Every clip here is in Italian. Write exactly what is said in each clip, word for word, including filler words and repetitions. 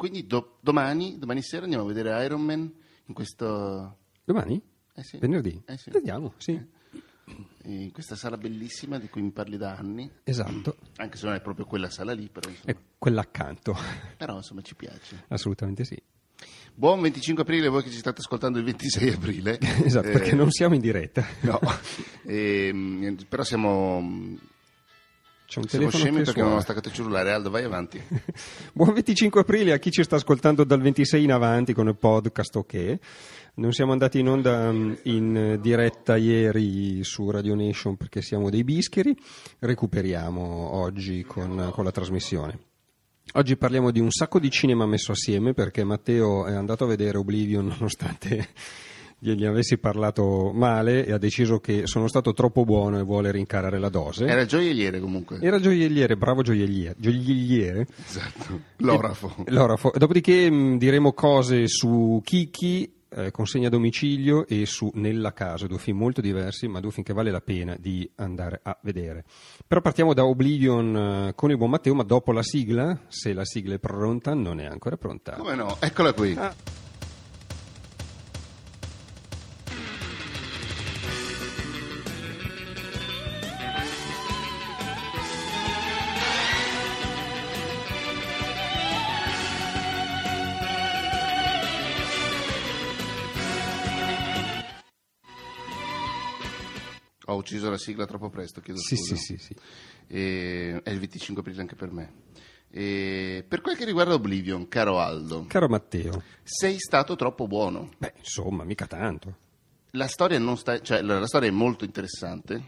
quindi do- domani, domani sera andiamo a vedere Iron Man in questo... Domani? Eh sì. Venerdì? Eh sì. Vediamo, sì. Eh. In questa sala bellissima di cui mi parli da anni. Esatto. Anche se non è proprio quella sala lì, però insomma. È quella accanto. Però insomma ci piace. Assolutamente sì. Buon venticinque aprile voi che ci state ascoltando il ventisei aprile. Esatto, Eh, perché non siamo in diretta. No, eh, però siamo... C'è un Siamo telefono scemi che perché suona. non ho staccato il cellulare. Aldo, vai avanti. Buon venticinque aprile a chi ci sta ascoltando dal ventisei in avanti con il podcast OK. Non siamo andati in onda in diretta ieri su Radio Nation perché siamo dei bischeri. Recuperiamo oggi con, con la trasmissione. Oggi parliamo di un sacco di cinema messo assieme perché Matteo è andato a vedere Oblivion nonostante gli avessi parlato male e ha deciso che sono stato troppo buono e vuole rincarare la dose. Era gioielliere comunque. Era gioielliere, bravo gioielliere. Gioielliere. Esatto, l'orafo. E, l'orafo. Dopodiché mh, diremo cose su Kiki, eh, consegna a domicilio, e su Nella casa, due film molto diversi, ma due film che vale la pena di andare a vedere. Però partiamo da Oblivion eh, con il buon Matteo, ma dopo la sigla, se la sigla è pronta, non è ancora pronta. Come no? Eccola qui. Ah. Ho ucciso la sigla troppo presto, chiedo Sì, scusa. sì, sì, sì. E... È il venticinque aprile anche per me. E... Per quel che riguarda Oblivion, caro Aldo, Caro Matteo, sei stato troppo buono. beh, insomma, mica tanto. La storia non sta... cioè, la la storia è molto interessante,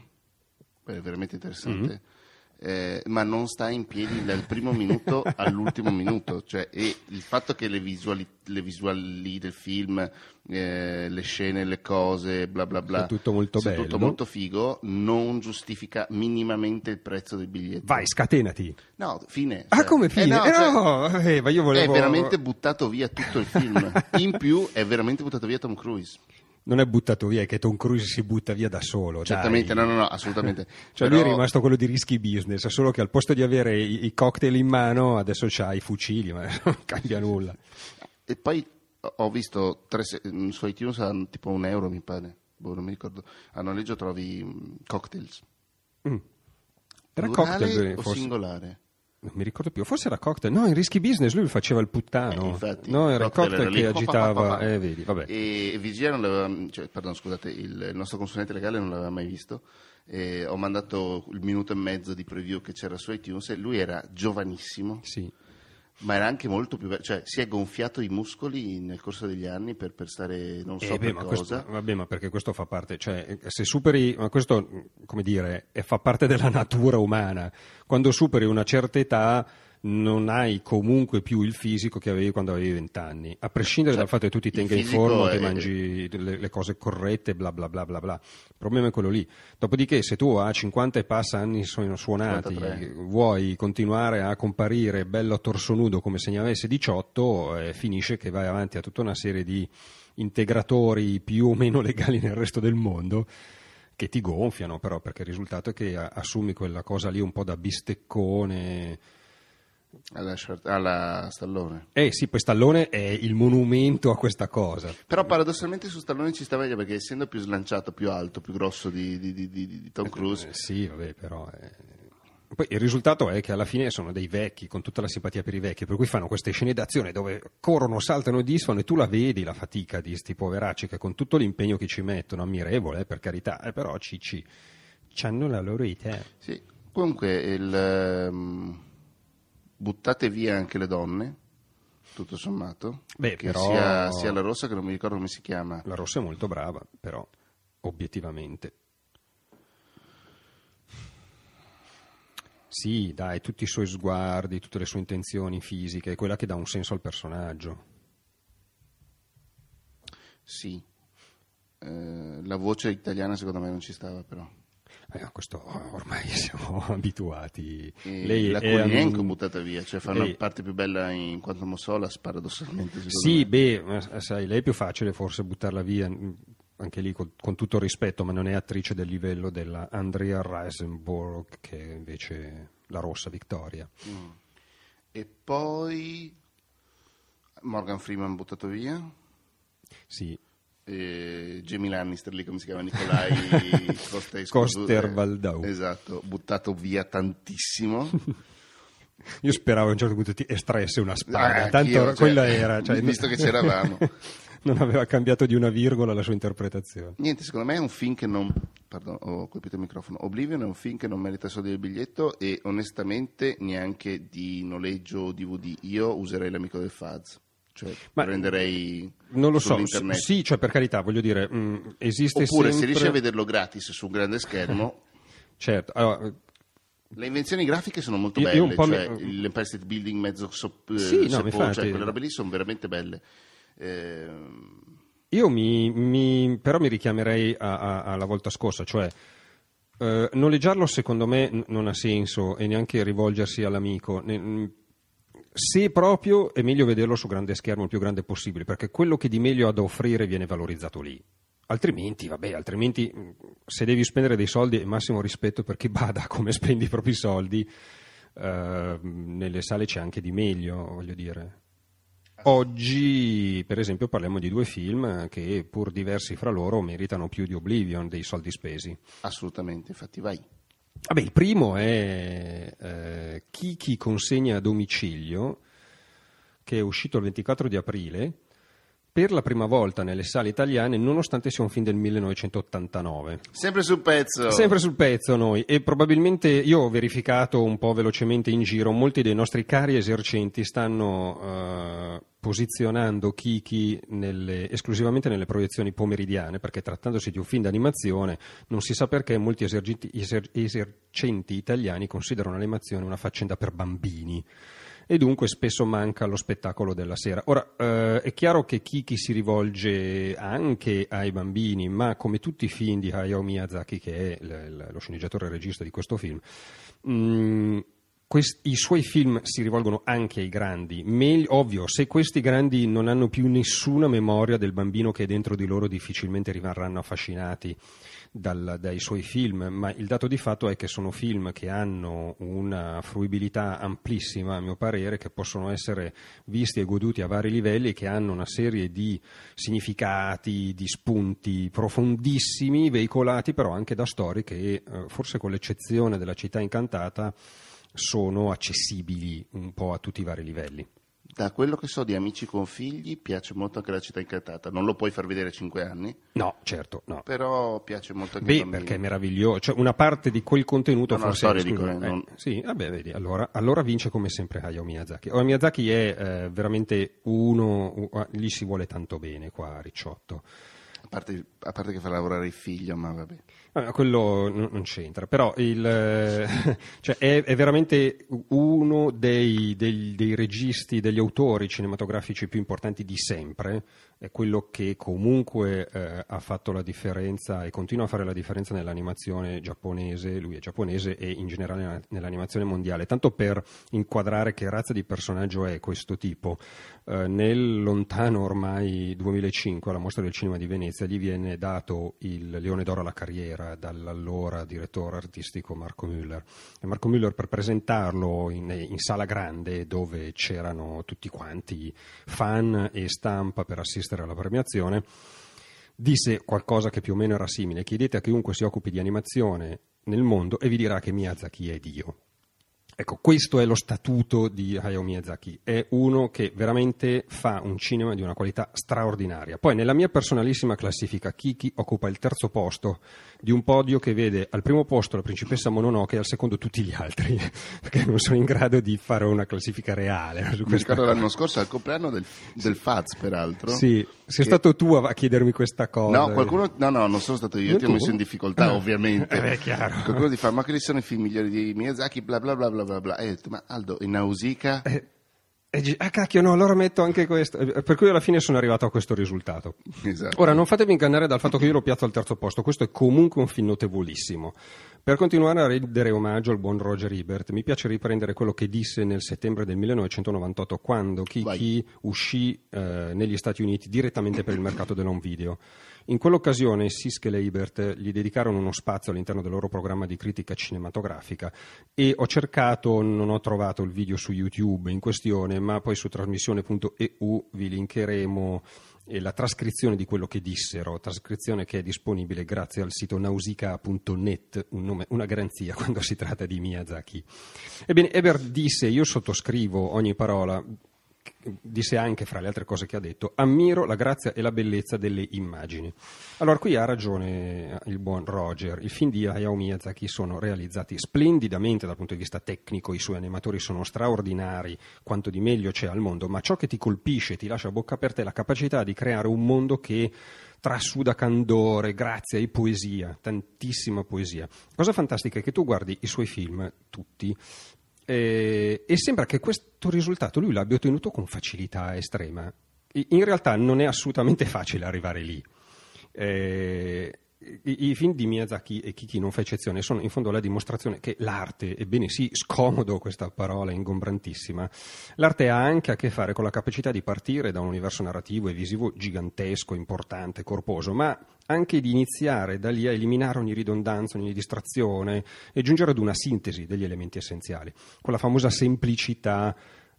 è veramente interessante, Mm-hmm. eh, ma non sta in piedi dal primo minuto all'ultimo minuto. Cioè, e il fatto che le visuali, le visuali del film, eh, le scene, le cose, bla bla bla, È tutto molto sia bello. tutto molto figo, non giustifica minimamente il prezzo del biglietto. Vai, scatenati. No, fine. Ah, cioè- come fine? Eh no, Eh, cioè, no, eh, ma io volevo... È veramente buttato via tutto il film. In più è veramente buttato via Tom Cruise. Non è buttato via, è che Tom Cruise si butta via da solo. Certamente, dai. no, no, no, assolutamente. Cioè Però- lui è rimasto quello di Risky Business, solo che al posto di avere i, i cocktail in mano adesso c'ha i fucili, ma non cambia nulla. E poi ho visto tre se- su iTunes hanno tipo un euro, mi pare. Boh, non mi ricordo. A noleggio trovi mm, cocktails. Mm. Era Plurale cocktail, o forse. singolare? Non mi ricordo più, forse era cocktail. No, in Risky Business lui faceva il puttano. Eh, infatti, no, era il cocktail, era lì. che Pa, pa, agitava. pa, pa, pa. Eh, vedi, vabbè. E Vigia non l'aveva, cioè, pardon, scusate, il, il nostro consulente legale non l'aveva mai visto. E ho mandato il minuto e mezzo di preview che c'era su iTunes e lui era giovanissimo, Sì. ma era anche molto più bello, cioè si è gonfiato i muscoli nel corso degli anni per, per stare non so Eh, beh, per ma cosa. questo, vabbè, ma perché questo fa parte, cioè se superi, ma questo, come dire, è- fa parte della natura umana. Quando superi una certa età non hai comunque più il fisico che avevi quando avevi vent'anni, a prescindere Cioè, dal fatto che tu ti il tenga in fisico forma, è- che mangi le, le cose corrette, bla bla bla bla bla. Il problema è quello lì. Dopodiché, se tu a cinquanta e passa anni sono suonati, cinquantatré. vuoi continuare a comparire bello a torso nudo come se ne avessi diciotto, eh, finisce che vai avanti a tutta una serie di integratori più o meno legali nel resto del mondo che ti gonfiano, però, perché il risultato è che a- assumi quella cosa lì un po' da bisteccone. Alla, Schwar- alla Stallone. Eh sì, poi Stallone è il monumento a questa cosa. Però paradossalmente su Stallone ci sta meglio perché essendo più slanciato, più alto, più grosso di, di- di- di- di Tom Cruise, Eh, sì, vabbè, però... eh. Poi il risultato è che alla fine sono dei vecchi, con tutta la simpatia per i vecchi, per cui fanno queste scene d'azione dove corrono, saltano e disfano e tu la vedi la fatica di sti poveracci che con tutto l'impegno che ci mettono, ammirevole, eh, per carità, eh, però ci, ci, c'hanno la loro età. sì. Comunque il, ehm, buttate via anche le donne, tutto sommato. Beh, che però- sia, sia la rossa che non mi ricordo come si chiama. La Rossa è molto brava, però, obiettivamente. Sì, dai, tutti i suoi sguardi, tutte le sue intenzioni fisiche, è quella che dà un senso al personaggio. Sì. Eh, la voce italiana secondo me non ci stava però. Eh, questo ormai siamo abituati. E Lei la è Kulinenko um, buttata via, cioè fa una lei- parte più bella in quanto Mossolas paradossalmente secondo Sì, me. beh, ma sai, lei è più facile forse buttarla via, mh, anche lì con, con tutto il rispetto, ma non è attrice del livello della Andrea Riseborough, che è invece la Rossa Vittoria. Mm. E poi Morgan Freeman buttato via. Sì. E Jamie Lannister, lì come si chiama, Nicolai Coster, Coster Waldau. Esatto, buttato via tantissimo. Io speravo a un certo punto ti estraesse una spada, Ah, tanto io, cioè, quella era, cioè, visto che c'eravamo. Non aveva cambiato di una virgola la sua interpretazione. Niente, secondo me è un film che non, pardon, ho colpito il microfono, Oblivion è un film che non merita soldi del biglietto e onestamente neanche di noleggio o D V D. Io userei l'amico del Faz. Cioè, Ma prenderei non lo so, sull'internet. sì, cioè per carità, voglio dire, mh, esiste Oppure sempre... se riesci a vederlo gratis su un grande schermo. Certo, allora, Le invenzioni grafiche sono molto Io- io belle, un po' cioè mi- l'Empire State Building mezzo sop- eh, Sì, no, sepolto, infatti. cioè quelle robe lì sono veramente belle. Eh, io mi, mi- però mi richiamerei a- a- alla volta scorsa, cioè eh, noleggiarlo secondo me n- non ha senso e neanche rivolgersi all'amico. Ne- mh, se proprio è meglio vederlo su grande schermo il più grande possibile, perché quello che di meglio ha da offrire viene valorizzato lì. Altrimenti, vabbè, altrimenti mh, se devi spendere dei soldi, è massimo rispetto per chi bada a come spendi i propri soldi, eh, nelle sale c'è anche di meglio, voglio dire. Oggi, per esempio, parliamo di due film che, pur diversi fra loro, meritano più di Oblivion dei soldi spesi. assolutamente, infatti vai. Vabbè, il primo è eh, Kiki consegna a domicilio, che è uscito il ventiquattro di aprile, per la prima volta nelle sale italiane, nonostante sia un film del millenovecentottantanove. Sempre sul pezzo. Sempre sul pezzo noi, e probabilmente io ho verificato un po' velocemente in giro, molti dei nostri cari esercenti stanno eh, posizionando Kiki nelle, esclusivamente nelle proiezioni pomeridiane, perché trattandosi di un film d'animazione non si sa perché molti esercenti, eser, esercenti italiani considerano l'animazione una faccenda per bambini. E dunque spesso manca lo spettacolo della sera. Ora, eh, è chiaro che Kiki si rivolge anche ai bambini, ma come tutti i film di Hayao Miyazaki, che è l- l- lo sceneggiatore e regista di questo film, mh, quest- i suoi film si rivolgono anche ai grandi. Meglio, ovvio, se questi grandi non hanno più nessuna memoria del bambino che è dentro di loro, difficilmente rimarranno affascinati Dal, dai suoi film, ma il dato di fatto è che sono film che hanno una fruibilità amplissima, a mio parere, che possono essere visti e goduti a vari livelli, che hanno una serie di significati, di spunti profondissimi, veicolati però anche da storie che, eh, forse con l'eccezione della Città Incantata, sono accessibili un po' a tutti i vari livelli. Da quello che so di Amici con figli piace molto anche La Città Incantata. Non lo puoi far vedere a cinque anni, No, certo, no. però piace molto anche ai Beh, bambini. perché è meraviglioso, cioè una parte di quel contenuto No, no, forse la storia, scusa, dico, eh, eh, non- sì, vabbè, vedi, allora, allora vince come sempre Hayao Miyazaki. Hayao Miyazaki è eh, veramente uno, u- ah, gli si vuole tanto bene qua a Ricciotto. A parte, a parte che fa lavorare il figlio, ma vabbè. Ah, quello non non c'entra, però il, eh, cioè è, è veramente uno dei, dei- dei registi, degli autori cinematografici più importanti di sempre, è quello che comunque eh, ha fatto la differenza e continua a fare la differenza nell'animazione giapponese, lui è giapponese, e in generale nella- nell'animazione mondiale, tanto per inquadrare che razza di personaggio è questo tipo. Eh, nel lontano ormai duemilacinque, alla Mostra del Cinema di Venezia, gli viene dato il Leone d'Oro alla carriera dall'allora direttore artistico Marco Müller. E Marco Müller, per presentarlo in, in sala grande, dove c'erano tutti quanti fan e stampa per assistere alla premiazione, disse qualcosa che più o meno era simile: chiedete a chiunque si occupi di animazione nel mondo e vi dirà che Miyazaki è Dio. Ecco, questo è lo statuto di Hayao Miyazaki, è uno che veramente fa un cinema di una qualità straordinaria. Poi nella mia personalissima classifica Kiki occupa il terzo posto di un podio che vede al primo posto la Principessa Mononoke e al secondo tutti gli altri, perché non sono in grado di fare una classifica reale su Mi questa ricordo cosa. l'anno scorso al compleanno del, del Faz, peraltro. Sì, sei che- stato tu a a chiedermi questa cosa. No, qualcuno, no, no, non sono stato io, Non ti ho tu? messo in difficoltà, Ah. ovviamente. Eh beh, chiaro. Qualcuno ti fa, ma quali sono i film migliori di Miyazaki, bla bla bla bla bla bla. E ho detto, ma Aldo, e Nausicaa? Eh, e gi- ah cacchio, no, allora metto anche questo. Eh, Per cui alla fine sono arrivato a questo risultato. Esatto. Ora, non fatevi ingannare dal fatto che io lo piazzo al terzo posto, questo è comunque un film notevolissimo, Per continuare a rendere omaggio al buon Roger Ebert, mi piace riprendere quello che disse nel settembre del millenovecentonovantotto, quando Kiki uscì eh, negli Stati Uniti direttamente per il mercato dell'home video. In quell'occasione Siskel e Ebert gli dedicarono uno spazio all'interno del loro programma di critica cinematografica e ho cercato, non ho trovato il video su YouTube in questione, ma poi su trasmissione punto e u vi linkeremo e la trascrizione di quello che dissero, trascrizione che è disponibile grazie al sito nausicaa punto net, un nome, una garanzia quando si tratta di Miyazaki. Ebbene, Ebert disse, io sottoscrivo ogni parola, disse anche fra le altre cose che ha detto, ammiro la grazia e la bellezza delle immagini. Allora qui ha ragione il buon Roger, i film di Hayao Miyazaki sono realizzati splendidamente dal punto di vista tecnico, i suoi animatori sono straordinari, quanto di meglio c'è al mondo, ma ciò che ti colpisce, ti lascia a bocca aperta è la capacità di creare un mondo che trasuda candore, grazia e poesia, tantissima poesia. Cosa fantastica è che tu guardi i suoi film, tutti, Eh, e sembra che questo risultato lui l'abbia ottenuto con facilità estrema. In realtà non è assolutamente facile arrivare lì. Eh, i, I film di Miyazaki, e Kiki non fa eccezione, sono in fondo la dimostrazione che l'arte, ebbene sì, scomodo questa parola ingombrantissima, l'arte ha anche a che fare con la capacità di partire da un universo narrativo e visivo gigantesco, importante, corposo, ma anche di iniziare da lì a eliminare ogni ridondanza, ogni distrazione e giungere ad una sintesi degli elementi essenziali, quella famosa semplicità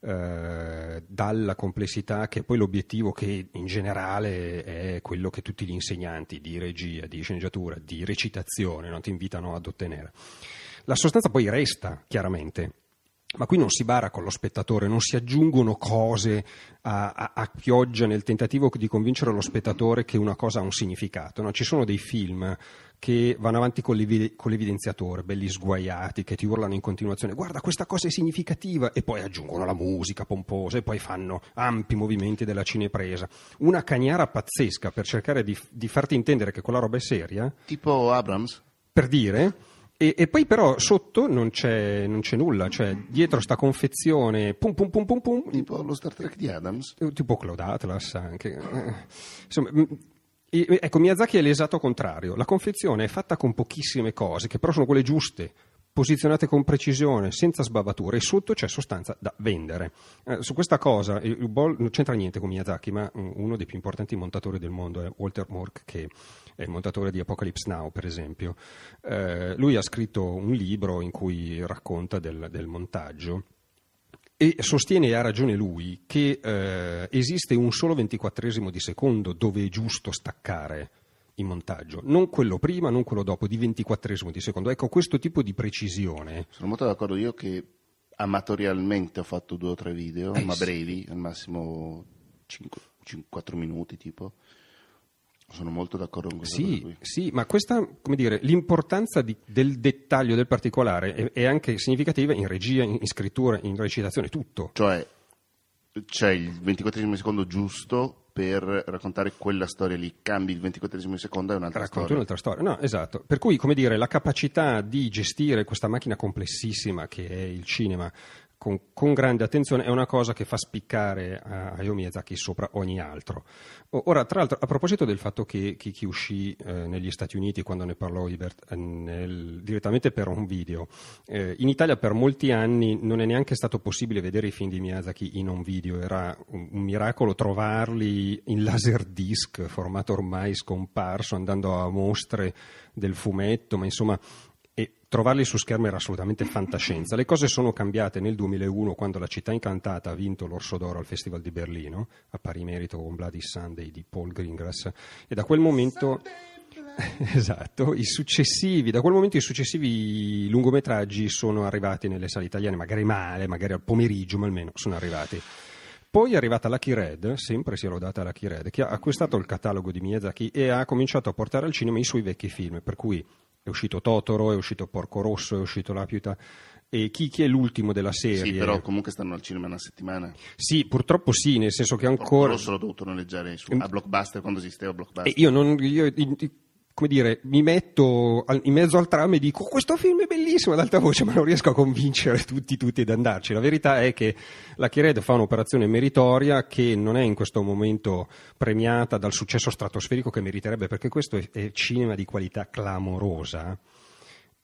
eh, dalla complessità, che è poi l'obiettivo che in generale è quello che tutti gli insegnanti di regia, di sceneggiatura, di recitazione, no, ti invitano ad ottenere. La sostanza poi resta, chiaramente. Ma qui non si bara con lo spettatore, non si aggiungono cose a, a, a pioggia nel tentativo di convincere lo spettatore che una cosa ha un significato. No? Ci sono dei film che vanno avanti con, l'evi- con l'evidenziatore, belli sguaiati, che ti urlano in continuazione, guarda questa cosa è significativa, e poi aggiungono la musica pomposa e poi fanno ampi movimenti della cinepresa. Una cagnara pazzesca per cercare di, di farti intendere che quella roba è seria. Tipo Abrams? Per dire... E, e poi però sotto non c'è, non c'è nulla, cioè dietro sta confezione pum pum pum pum pum, tipo lo Star Trek di Adams, tipo Cloud Atlas anche. Insomma, e, ecco, Miyazaki è l'esatto contrario, la confezione è fatta con pochissime cose che però sono quelle giuste, posizionate con precisione, senza sbavature, e sotto c'è sostanza da vendere. Eh, su questa cosa il, il Ball non c'entra niente con Miyazaki, ma uno dei più importanti montatori del mondo è Walter Mourk, che è il montatore di Apocalypse Now, per esempio. Eh, lui ha scritto un libro in cui racconta del, del montaggio e sostiene, e ha ragione lui, che eh, esiste un solo ventiquattresimo di secondo dove è giusto staccare in montaggio, non quello prima, non quello dopo, di ventiquattresimo di secondo. Ecco, questo tipo di precisione. Sono molto d'accordo, io che amatorialmente ho fatto due o tre video, eh, ma sì, brevi, al massimo cinque, cinque, quattro minuti tipo. Sono molto d'accordo con questo. Sì, sì, ma questa, come dire, l'importanza di, del dettaglio, del particolare è, è anche significativa in regia, in, in scrittura, in recitazione, tutto. Cioè, c'è il ventiquattresimo secondo giusto per raccontare quella storia lì, cambi il ventiquattresimo secondo è un'altra Racconto storia. un'altra storia, no, esatto. Per cui, come dire, la capacità di gestire questa macchina complessissima che è il cinema con, con grande attenzione è una cosa che fa spiccare a Hayao Miyazaki sopra ogni altro. Ora, tra l'altro, a proposito del fatto che Kiki uscì eh, negli Stati Uniti quando ne parlò Ebert eh, nel, direttamente per un video, eh, in Italia per molti anni non è neanche stato possibile vedere i film di Miyazaki in un video, era un, un miracolo trovarli in laserdisc, formato ormai scomparso, andando a mostre del fumetto, ma insomma... e trovarli su schermo era assolutamente fantascienza. Le cose sono cambiate nel duemilauno, quando La città incantata ha vinto l'Orso d'Oro al Festival di Berlino, a pari merito con Bloody Sunday di Paul Greengrass, e da quel momento esatto, i successivi da quel momento i successivi lungometraggi sono arrivati nelle sale italiane, magari male, magari al pomeriggio, ma almeno sono arrivati. Poi è arrivata Lucky Red, sempre si è lodata Lucky Red, che ha acquistato il catalogo di Miyazaki e ha cominciato a portare al cinema i suoi vecchi film, per cui è uscito Totoro, è uscito Porco Rosso, è uscito Laputa, e Kiki è l'ultimo della serie. Sì, però comunque stanno al cinema una settimana. Sì, purtroppo sì, nel senso che ancora... Porco Rosso l'ho dovuto noleggiare su, a Blockbuster quando esisteva Blockbuster. E io non... Io, come dire, mi metto in mezzo al tram e dico questo film è bellissimo ad alta voce, ma non riesco a convincere tutti tutti ad andarci. La verità è che Lucky Red fa un'operazione meritoria che non è in questo momento premiata dal successo stratosferico che meriterebbe, perché questo è, è cinema di qualità clamorosa.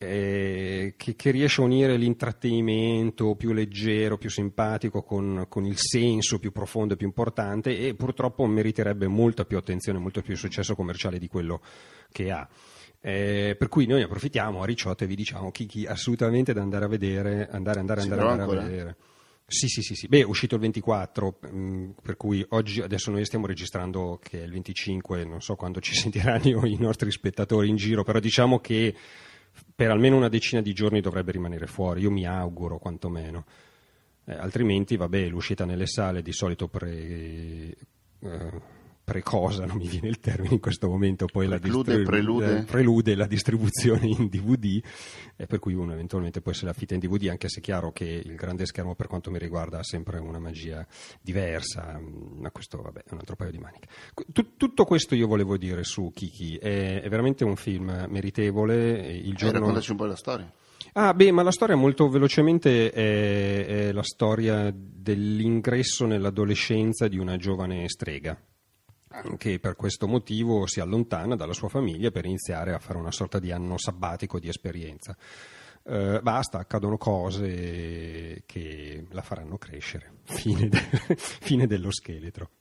eh, che, che riesce a unire l'intrattenimento più leggero, più simpatico con, con il senso più profondo e più importante, e purtroppo meriterebbe molta più attenzione, molto più successo commerciale di quello che ha. Eh, per cui noi ne approfittiamo a Ricciotto e vi diciamo chi, chi assolutamente da andare a vedere, andare, andare, andare, andare a vedere. Sì, sì, sì, sì. Beh, è uscito il ventiquattro, mh, per cui oggi, adesso noi stiamo registrando che è il venticinque, non so quando ci sentiranno i nostri spettatori in giro, però diciamo che per almeno una decina di giorni dovrebbe rimanere fuori, io mi auguro quantomeno. Eh, altrimenti, vabbè, l'uscita nelle sale di solito pre... Eh, precosa, non mi viene il termine in questo momento, poi Preclude, la distribu- prelude. prelude la distribuzione in D V D, e per cui uno eventualmente poi se l'affitta in D V D, anche se è chiaro che il grande schermo per quanto mi riguarda ha sempre una magia diversa, ma questo vabbè è un altro paio di maniche. Tut- tutto questo io volevo dire su Kiki, è, è veramente un film meritevole. Il giorno... Eh, raccontaci un po' la storia. Ah, beh, ma la storia molto velocemente è, è la storia dell'ingresso nell'adolescenza di una giovane strega, che per questo motivo si allontana dalla sua famiglia per iniziare a fare una sorta di anno sabbatico di esperienza. Eh, basta, accadono cose che la faranno crescere. Fine, de- fine dello scheletro.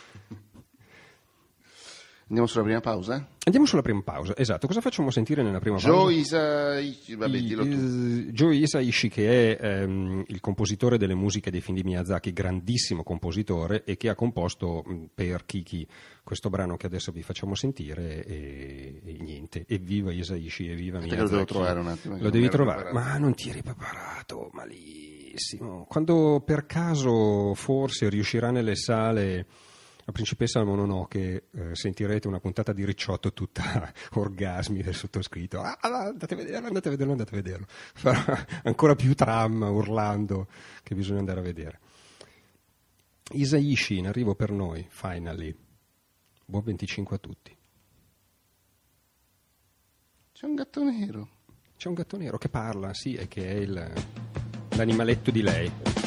Andiamo sulla prima pausa? Andiamo sulla prima pausa, esatto. Cosa facciamo sentire nella prima pausa? Joe Hisaishi, vabbè, I- dillo tu. is- Joe Hisaishi, che è ehm, il compositore delle musiche dei film di Miyazaki, grandissimo compositore, e che ha composto mh, per Kiki questo brano che adesso vi facciamo sentire, e, e niente, evviva Hisaishi, evviva Aspetta che Miyazaki. lo devo trovare un attimo, che Lo non devi mi ero trovare, preparato. ma non ti eri preparato, malissimo. Quando per caso forse riuscirà nelle sale La principessa al Mononoke, eh, sentirete una puntata di Ricciotto tutta orgasmi del sottoscritto. Ah, andate a vederlo, andate a vederlo, andate a vederlo. Farà ancora più tram urlando che bisogna andare a vedere. Hisaishi in arrivo per noi, finally. Buon venticinque a tutti. C'è un gatto nero. C'è un gatto nero che parla, sì, e che è il, l'animaletto di lei.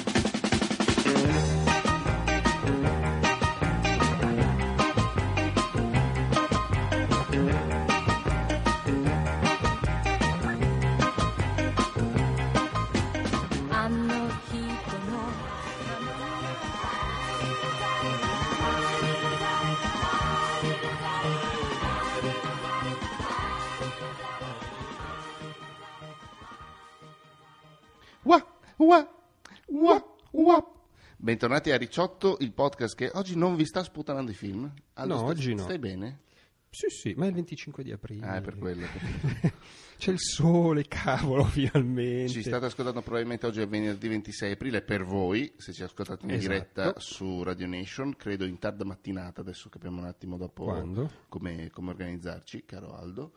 Wah, wah, wah, wah. Bentornati a Ricciotto, il podcast che oggi non vi sta sputanando i film. Aldo, No, stai, oggi no. Stai bene? Sì, sì, ma è il venticinque di aprile. Ah, è per quello. C'è il sole, cavolo, finalmente. Ci state ascoltando probabilmente oggi è venerdì ventisei aprile per voi, se ci ascoltate in Esatto. diretta su Radio Nation, credo in tarda mattinata, adesso capiamo un attimo dopo Quando? come, come organizzarci, caro Aldo.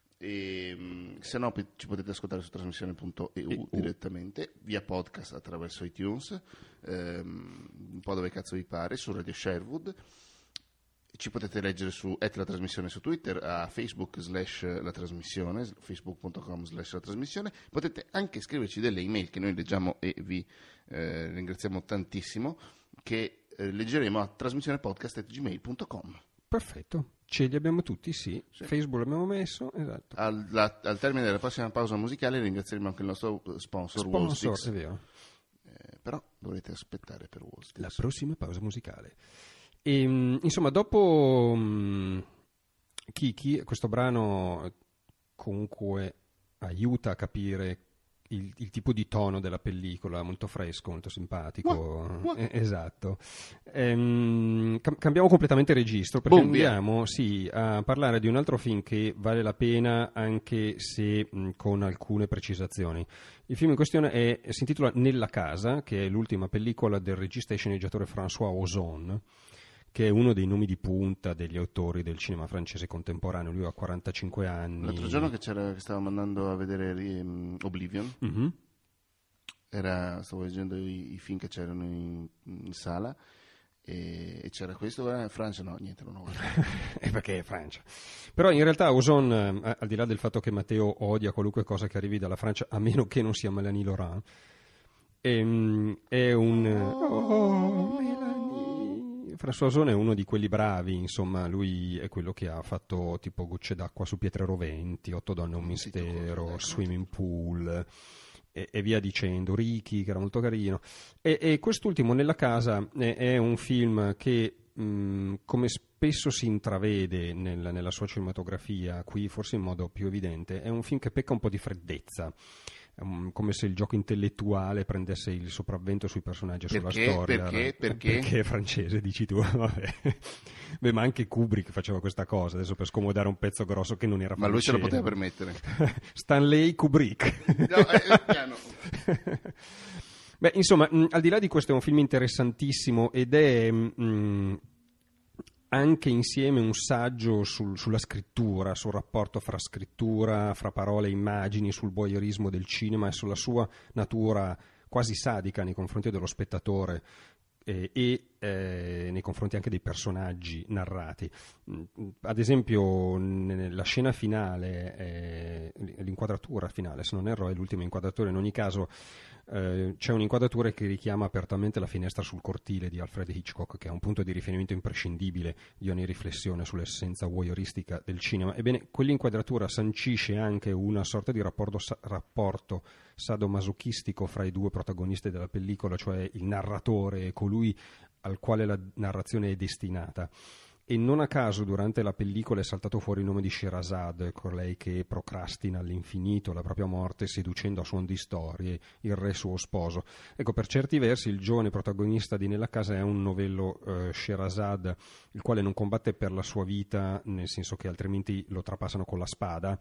E, mh, se no p- ci potete ascoltare su trasmissione punto e u direttamente, via podcast attraverso iTunes, ehm, un po' dove cazzo vi pare, su Radio Sherwood. Ci potete leggere su at la trasmissione su Twitter, a Facebook slash la trasmissione, facebook punto com slash la trasmissione. Potete anche scriverci delle email che noi leggiamo e vi eh, ringraziamo tantissimo, che eh, leggeremo a trasmissionepodcast at gmail punto com. Perfetto, ce li abbiamo tutti, sì. Sì. Facebook l'abbiamo messo, esatto. Al, la- al termine della prossima pausa musicale ringrazieremo anche il nostro sponsor, Sponsor, Wallsticks. è vero. Eh, però dovrete aspettare per Wallsticks. La prossima pausa musicale. E, mh, insomma, dopo mh, Kiki, questo brano comunque aiuta a capire il, il tipo di tono della pellicola, molto fresco, molto simpatico. Wah, wah. Eh, esatto. Ehm, cam- cambiamo completamente registro perché Boom, via. andiamo sì, a parlare di un altro film che vale la pena, anche se mh, con alcune precisazioni. Il film in questione è, si intitola Nella casa, che è l'ultima pellicola del regista e sceneggiatore François Ozon, che è uno dei nomi di punta degli autori del cinema francese contemporaneo. Lui ha quarantacinque anni. L'altro giorno che, c'era, che stavamo andando a vedere um, Oblivion, Mhm. era, stavo leggendo i, i film che c'erano in, in sala e, e c'era questo, guarda, Francia, no, niente, non ho guardato. È perché è Francia. Però in realtà Ozon, eh, al di là del fatto che Matteo odia qualunque cosa che arrivi dalla Francia, a meno che non sia Mélanie Laurent, ehm, è un... Oh, Mélanie! François Ozon è uno di quelli bravi, insomma, lui è quello che ha fatto tipo Gocce d'acqua su pietre roventi, Otto donne un mistero, Swimming Pool e, e via dicendo, Ricky che era molto carino, e, e quest'ultimo Nella casa è, è un film che mh, come spesso si intravede nel, nella sua cinematografia, qui forse in modo più evidente, è un film che pecca un po' di freddezza, um, come se il gioco intellettuale prendesse il sopravvento sui personaggi e sulla Perché? storia. Perché? Perché? Perché è francese, dici tu. Vabbè. Beh, ma anche Kubrick faceva questa cosa, adesso per scomodare un pezzo grosso che non era Ma lui se francese. lo poteva permettere. Stanley Kubrick. No, eh, piano. Beh, insomma, mh, al di là di questo è un film interessantissimo ed è mh, anche insieme un saggio sul, sulla scrittura, sul rapporto fra scrittura, fra parole e immagini, sul voyeurismo del cinema e sulla sua natura quasi sadica nei confronti dello spettatore eh, e eh, nei confronti anche dei personaggi narrati. Ad esempio nella scena finale, eh, l'inquadratura finale, se non erro è l'ultima inquadratura, in ogni caso eh, c'è un'inquadratura che richiama apertamente la finestra sul cortile di Alfred Hitchcock, che è un punto di riferimento imprescindibile di ogni riflessione sull'essenza voyeuristica del cinema. Ebbene, quell'inquadratura sancisce anche una sorta di rapporto, rapporto sadomasochistico fra i due protagonisti della pellicola, cioè il narratore e colui al quale la narrazione è destinata. E non a caso durante la pellicola è saltato fuori il nome di Sherazade, colei che procrastina all'infinito la propria morte seducendo a suon di storie il re suo sposo. Ecco, per certi versi il giovane protagonista di Nella casa è un novello eh, Sherazade, il quale non combatte per la sua vita, nel senso che altrimenti lo trapassano con la spada,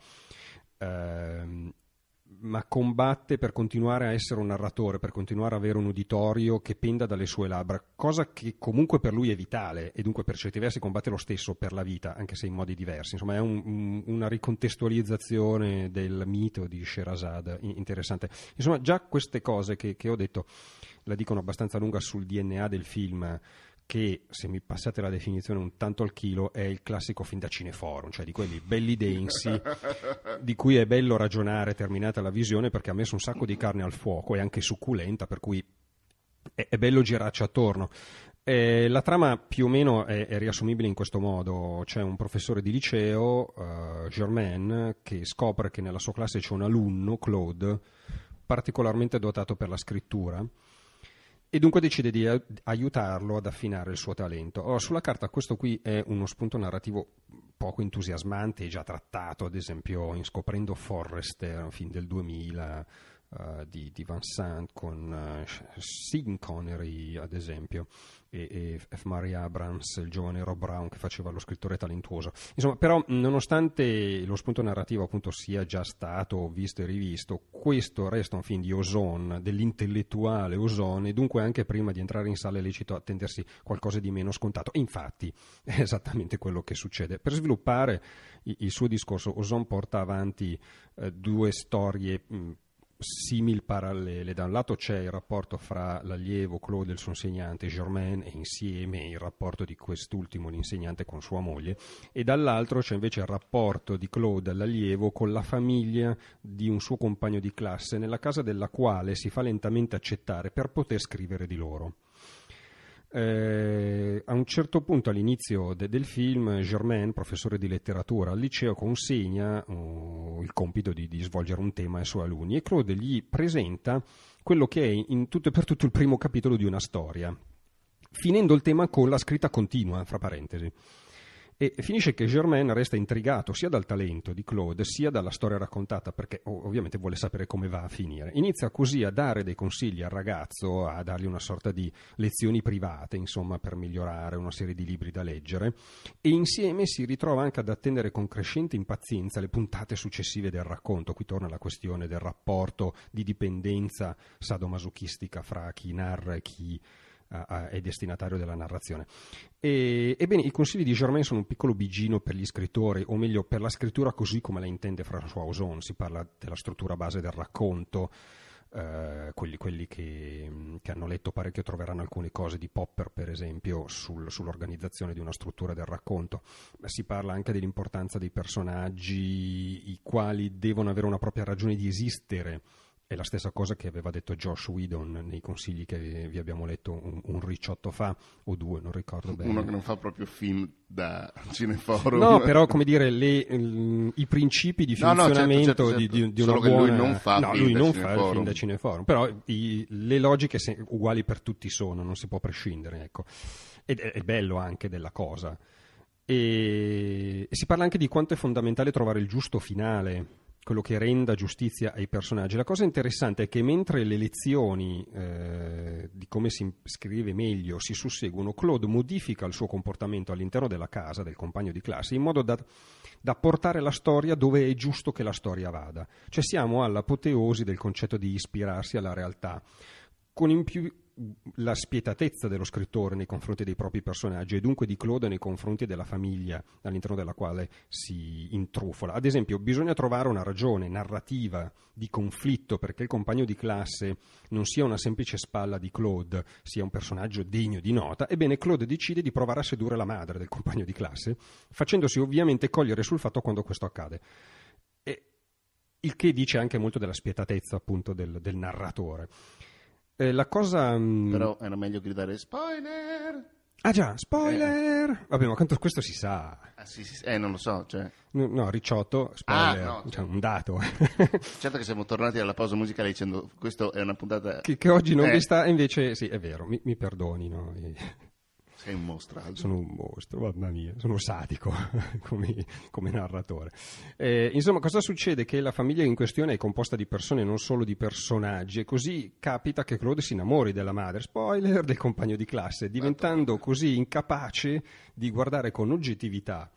ehm, ma combatte per continuare a essere un narratore, per continuare ad avere un uditorio che penda dalle sue labbra, cosa che comunque per lui è vitale e dunque per certi versi combatte lo stesso per la vita, anche se in modi diversi. Insomma, è un, un, una ricontestualizzazione del mito di Sherazade interessante. Insomma, già queste cose che, che ho detto la dicono abbastanza lunga sul D N A del film, che, se mi passate la definizione un tanto al chilo, è il classico film da cineforum, cioè di quelli belli densi, di cui è bello ragionare terminata la visione, perché ha messo un sacco di carne al fuoco, è anche succulenta, per cui è, è bello girarci attorno. Eh, la trama più o meno è, è riassumibile in questo modo: c'è un professore di liceo, uh, Germain, che scopre che nella sua classe c'è un alunno, Claude, particolarmente dotato per la scrittura, e dunque decide di aiutarlo ad affinare il suo talento. Ora, sulla carta questo qui è uno spunto narrativo poco entusiasmante e già trattato, ad esempio in Scoprendo Forrester, un film del duemila uh, di, di Van Sant con uh, Sean Connery, ad esempio, e, e F. Murray Abrams, il giovane Rob Brown che faceva lo scrittore talentuoso. Insomma, però, nonostante lo spunto narrativo appunto sia già stato visto e rivisto, questo resta un film di Ozon, dell'intellettuale Ozon, e dunque anche prima di entrare in sala è lecito attendersi qualcosa di meno scontato. E infatti è esattamente quello che succede. Per sviluppare il, il suo discorso, Ozon porta avanti eh, due storie mh, simil parallele. Da un lato c'è il rapporto fra l'allievo Claude e il suo insegnante Germain, e insieme il rapporto di quest'ultimo, l'insegnante, con sua moglie, e dall'altro c'è invece il rapporto di Claude, l'allievo, con la famiglia di un suo compagno di classe, nella casa della quale si fa lentamente accettare per poter scrivere di loro. Eh, a un certo punto, all'inizio de- del film, Germain, professore di letteratura al liceo, consegna uh, il compito di, di svolgere un tema ai suoi alunni, e Claude gli presenta quello che è in tutto e per tutto il primo capitolo di una storia, finendo il tema con la scritta continua, fra parentesi. E finisce che Germain resta intrigato sia dal talento di Claude sia dalla storia raccontata, perché ovviamente vuole sapere come va a finire. Inizia così a dare dei consigli al ragazzo, a dargli una sorta di lezioni private, insomma, per migliorare, una serie di libri da leggere, e insieme si ritrova anche ad attendere con crescente impazienza le puntate successive del racconto. Qui torna la questione del rapporto di dipendenza sadomasochistica fra chi narra e chi è destinatario della narrazione. E, ebbene, i consigli di Germain sono un piccolo bigino per gli scrittori, o meglio per la scrittura così come la intende François Ozon. Si parla della struttura base del racconto. Eh, quelli, quelli che, che hanno letto parecchio troveranno alcune cose di Popper, per esempio, sul, sull'organizzazione di una struttura del racconto. Si parla anche dell'importanza dei personaggi, i quali devono avere una propria ragione di esistere È la stessa cosa che aveva detto Josh Whedon nei consigli che vi abbiamo letto un, un ricciotto fa, o due, non ricordo bene. Uno che non fa proprio film da cineforum. No, però come dire, le, l, i principi di no, funzionamento no, certo, certo, certo. di, di, di Solo una che buona... lui non fa no, film lui da non cineforum. fa il film da cineforum, però i, le logiche se, uguali per tutti sono, non si può prescindere, ecco. Ed è, è bello anche della cosa. E, e si parla anche di quanto è fondamentale trovare il giusto finale, quello che renda giustizia ai personaggi. La cosa interessante è che mentre le lezioni eh, di come si scrive meglio si susseguono, Claude modifica il suo comportamento all'interno della casa del compagno di classe in modo da, da portare la storia dove è giusto che la storia vada. Cioè siamo all'apoteosi del concetto di ispirarsi alla realtà, con in più la spietatezza dello scrittore nei confronti dei propri personaggi e dunque di Claude nei confronti della famiglia all'interno della quale si intrufola. Ad esempio, bisogna trovare una ragione narrativa di conflitto perché il compagno di classe non sia una semplice spalla di Claude, sia un personaggio degno di nota. Ebbene, Claude decide di provare a sedurre la madre del compagno di classe, facendosi ovviamente cogliere sul fatto quando questo accade. E il che dice anche molto della spietatezza, appunto, del, del narratore. Eh, la cosa... Però era meglio gridare spoiler! Ah già, spoiler! Eh. Vabbè, ma quanto questo si sa? Ah, sì, sì, eh, non lo so, cioè... No, no ricciotto, spoiler, ah, no, cioè un dato. Certo che siamo tornati alla pausa musicale dicendo questo è una puntata... Che, che oggi non eh. vi sta, invece sì, è vero, mi, mi perdonino. Sei un mostro, Aldo. Sono un mostro, mamma mia, sono sadico come, come narratore. Eh, insomma, cosa succede? Che la famiglia in questione è composta di persone, non solo di personaggi, e così capita che Claude si innamori della madre, spoiler, del compagno di classe, diventando così incapace di guardare con oggettività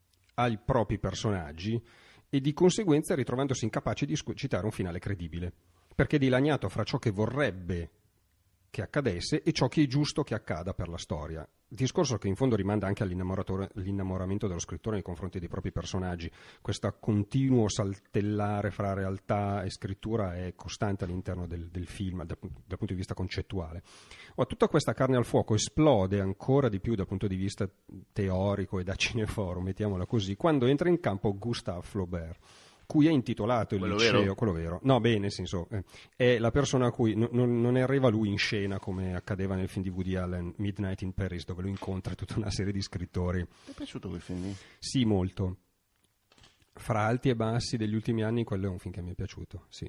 ai propri personaggi e di conseguenza ritrovandosi incapace di citare un finale credibile, perché è dilaniato fra ciò che vorrebbe che accadesse e ciò che è giusto che accada per la storia. Discorso che in fondo rimanda anche all'innamoramento dello scrittore nei confronti dei propri personaggi. Questo continuo saltellare fra realtà e scrittura è costante all'interno del, del film dal, dal punto di vista concettuale. Oh, tutta questa carne al fuoco esplode ancora di più dal punto di vista teorico e da cineforum, mettiamola così, quando entra in campo Gustave Flaubert, cui è intitolato il quello liceo, vero? quello vero. No, bene, nel senso, eh, è la persona a cui no, non, non arriva lui in scena come accadeva nel film di Woody Allen, Midnight in Paris, dove lui incontra tutta una serie di scrittori. Ti è piaciuto quel film lì? Sì, molto. Fra alti e bassi degli ultimi anni, quello è un film che mi è piaciuto, sì.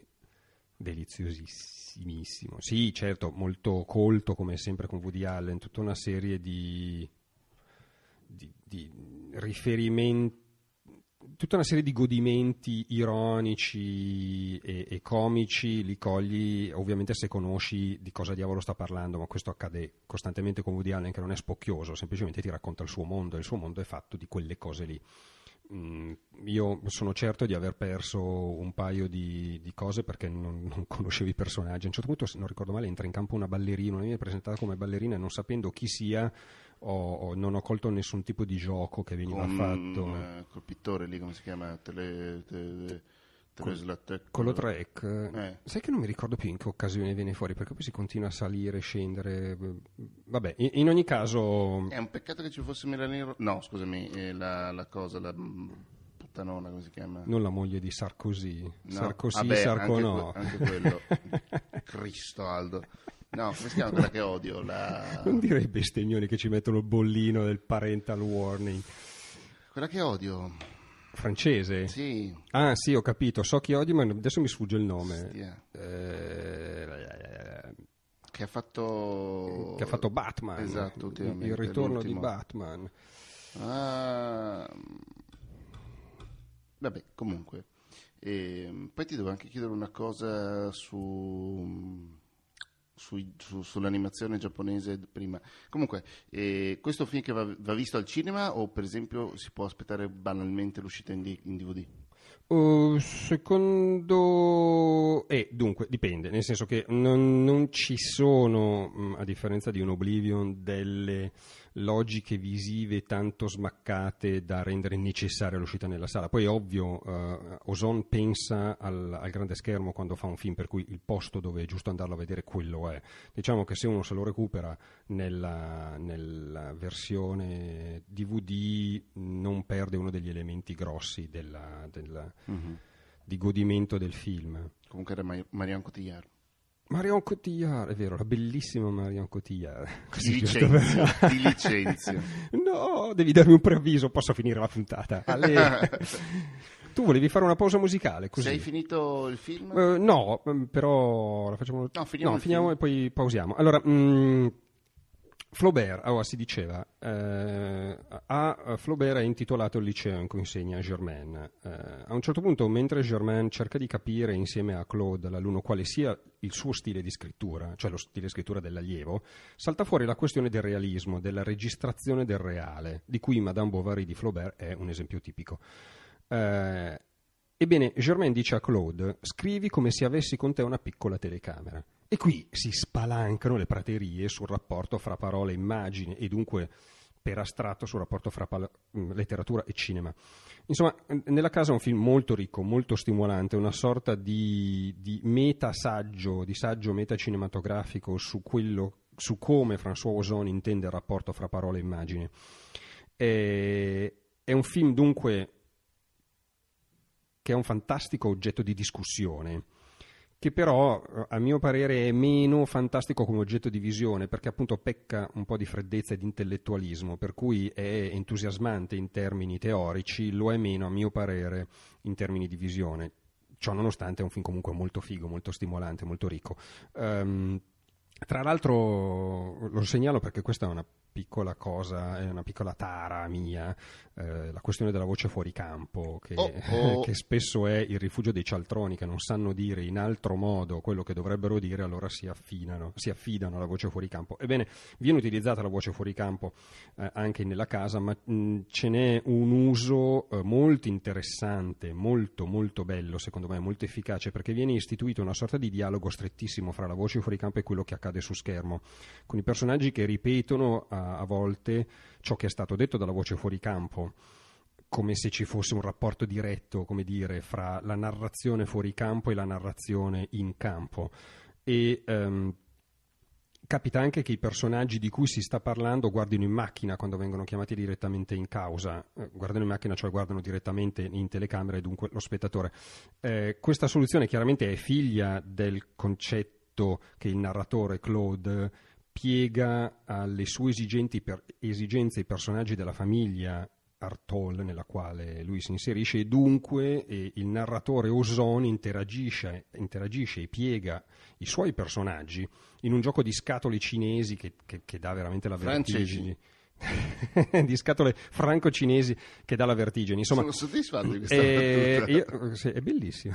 Deliziosissimissimo. Sì, certo, molto colto, come sempre con Woody Allen, tutta una serie di, di, di riferimenti, tutta una serie di godimenti ironici e, e comici li cogli ovviamente se conosci di cosa diavolo sta parlando, ma questo accade costantemente con Woody Allen, che non è spocchioso, semplicemente ti racconta il suo mondo e il suo mondo è fatto di quelle cose lì. Mm, io sono certo di aver perso un paio di, di cose perché non, non conoscevo i personaggi. A un certo punto, se non ricordo male, entra in campo una ballerina, una viene presentata come ballerina e non sapendo chi sia ho, ho, non ho colto nessun tipo di gioco che veniva con, fatto. Uh, col pittore lì, come si chiama? Tele, tele, tele, con lo track. Eh. Sai che non mi ricordo più in che occasione viene fuori, perché poi si continua a salire, scendere. Vabbè, in, in ogni caso... È un peccato che ci fosse Melanie... No, scusami, eh, la, la cosa, la puttanona, come si chiama? Non la moglie di Sarkozy. No. Sarkozy, Vabbè, Sarkonò. Anche, que- anche quello. Cristo, Aldo. No, come si chiama quella che odio? La... Non direi bestemmioni che ci mettono il bollino del parental warning. Quella che odio. Francese? Sì. Ah, sì, ho capito. So chi odio, ma adesso mi sfugge il nome. Eh... Che ha fatto... Che ha fatto Batman. Esatto, ultimamente. Il ritorno l'ultimo. di Batman. Ah... Vabbè, comunque. E poi ti devo anche chiedere una cosa su... Su, su, sull'animazione giapponese prima. Comunque, eh, questo film che va, va visto al cinema o per esempio si può aspettare banalmente l'uscita in, D, in D V D? Uh, secondo... Eh, dunque, dipende, nel senso che non, non ci sono, mh, a differenza di un Oblivion, delle logiche visive tanto smaccate da rendere necessaria l'uscita nella sala. Poi è ovvio, uh, Ozon pensa al, al grande schermo quando fa un film, per cui il posto dove è giusto andarlo a vedere quello è. Diciamo che se uno se lo recupera nella, nella versione D V D non perde uno degli elementi grossi della, della, mm-hmm. di godimento del film. Comunque era Mar- Marion Cotillard. Marion Cotillard, è vero, la bellissima Marion Cotillard. Ti licenzio, ti licenzio. No, devi darmi un preavviso, posso finire la puntata. Ale. Tu volevi fare una pausa musicale, così. Se hai finito il film? Uh, no, però la facciamo... No, finiamo, no, finiamo e poi pausiamo. Allora, mh, Flaubert, oh, si diceva, eh, a Flaubert è intitolato il liceo in cui insegna Germain. Eh, a un certo punto, mentre Germain cerca di capire insieme a Claude, l'alunno, quale sia il suo stile di scrittura, cioè lo stile di scrittura dell'allievo, salta fuori la questione del realismo, della registrazione del reale, di cui Madame Bovary di Flaubert è un esempio tipico. Eh, ebbene, Germain dice a Claude: scrivi come se avessi con te una piccola telecamera. E qui si spalancano le praterie sul rapporto fra parole e immagine, e dunque per astratto sul rapporto fra pal- letteratura e cinema. Insomma, Nella casa è un film molto ricco, molto stimolante, una sorta di, di meta-saggio, di saggio meta-cinematografico su quello, su come François Ozon intende il rapporto fra parole e immagine. È, è un film dunque che è un fantastico oggetto di discussione, che però a mio parere è meno fantastico come oggetto di visione, perché appunto pecca un po' di freddezza e di intellettualismo, per cui è entusiasmante in termini teorici, lo è meno a mio parere in termini di visione. Ciò nonostante è un film comunque molto figo, molto stimolante, molto ricco. Um, tra l'altro lo segnalo perché questa è una piccola cosa, è una piccola tara mia, eh, la questione della voce fuori campo, che, oh, oh. che spesso è il rifugio dei cialtroni, che non sanno dire in altro modo quello che dovrebbero dire, allora si affinano, si affidano alla voce fuori campo. Ebbene, viene utilizzata la voce fuori campo eh, anche nella casa, ma mh, ce n'è un uso eh, molto interessante, molto molto bello, secondo me molto efficace, perché viene istituito una sorta di dialogo strettissimo fra la voce fuori campo e quello che accade su schermo, con i personaggi che ripetono a a volte ciò che è stato detto dalla voce fuori campo, come se ci fosse un rapporto diretto, come dire, fra la narrazione fuori campo e la narrazione in campo. E um, capita anche che i personaggi di cui si sta parlando guardino in macchina quando vengono chiamati direttamente in causa, eh, guardano in macchina, cioè guardano direttamente in telecamera, e dunque lo spettatore. Eh, questa soluzione chiaramente è figlia del concetto che il narratore Claude piega alle sue esigenti per, esigenze i personaggi della famiglia Artol nella quale lui si inserisce, e dunque eh, il narratore Ozon interagisce, interagisce e piega i suoi personaggi in un gioco di scatole cinesi che, che, che dà veramente la vertigine. Di scatole franco-cinesi che dà la vertigine. Insomma, sono soddisfatto di questa eh, battuta. Io, sì, è bellissimo.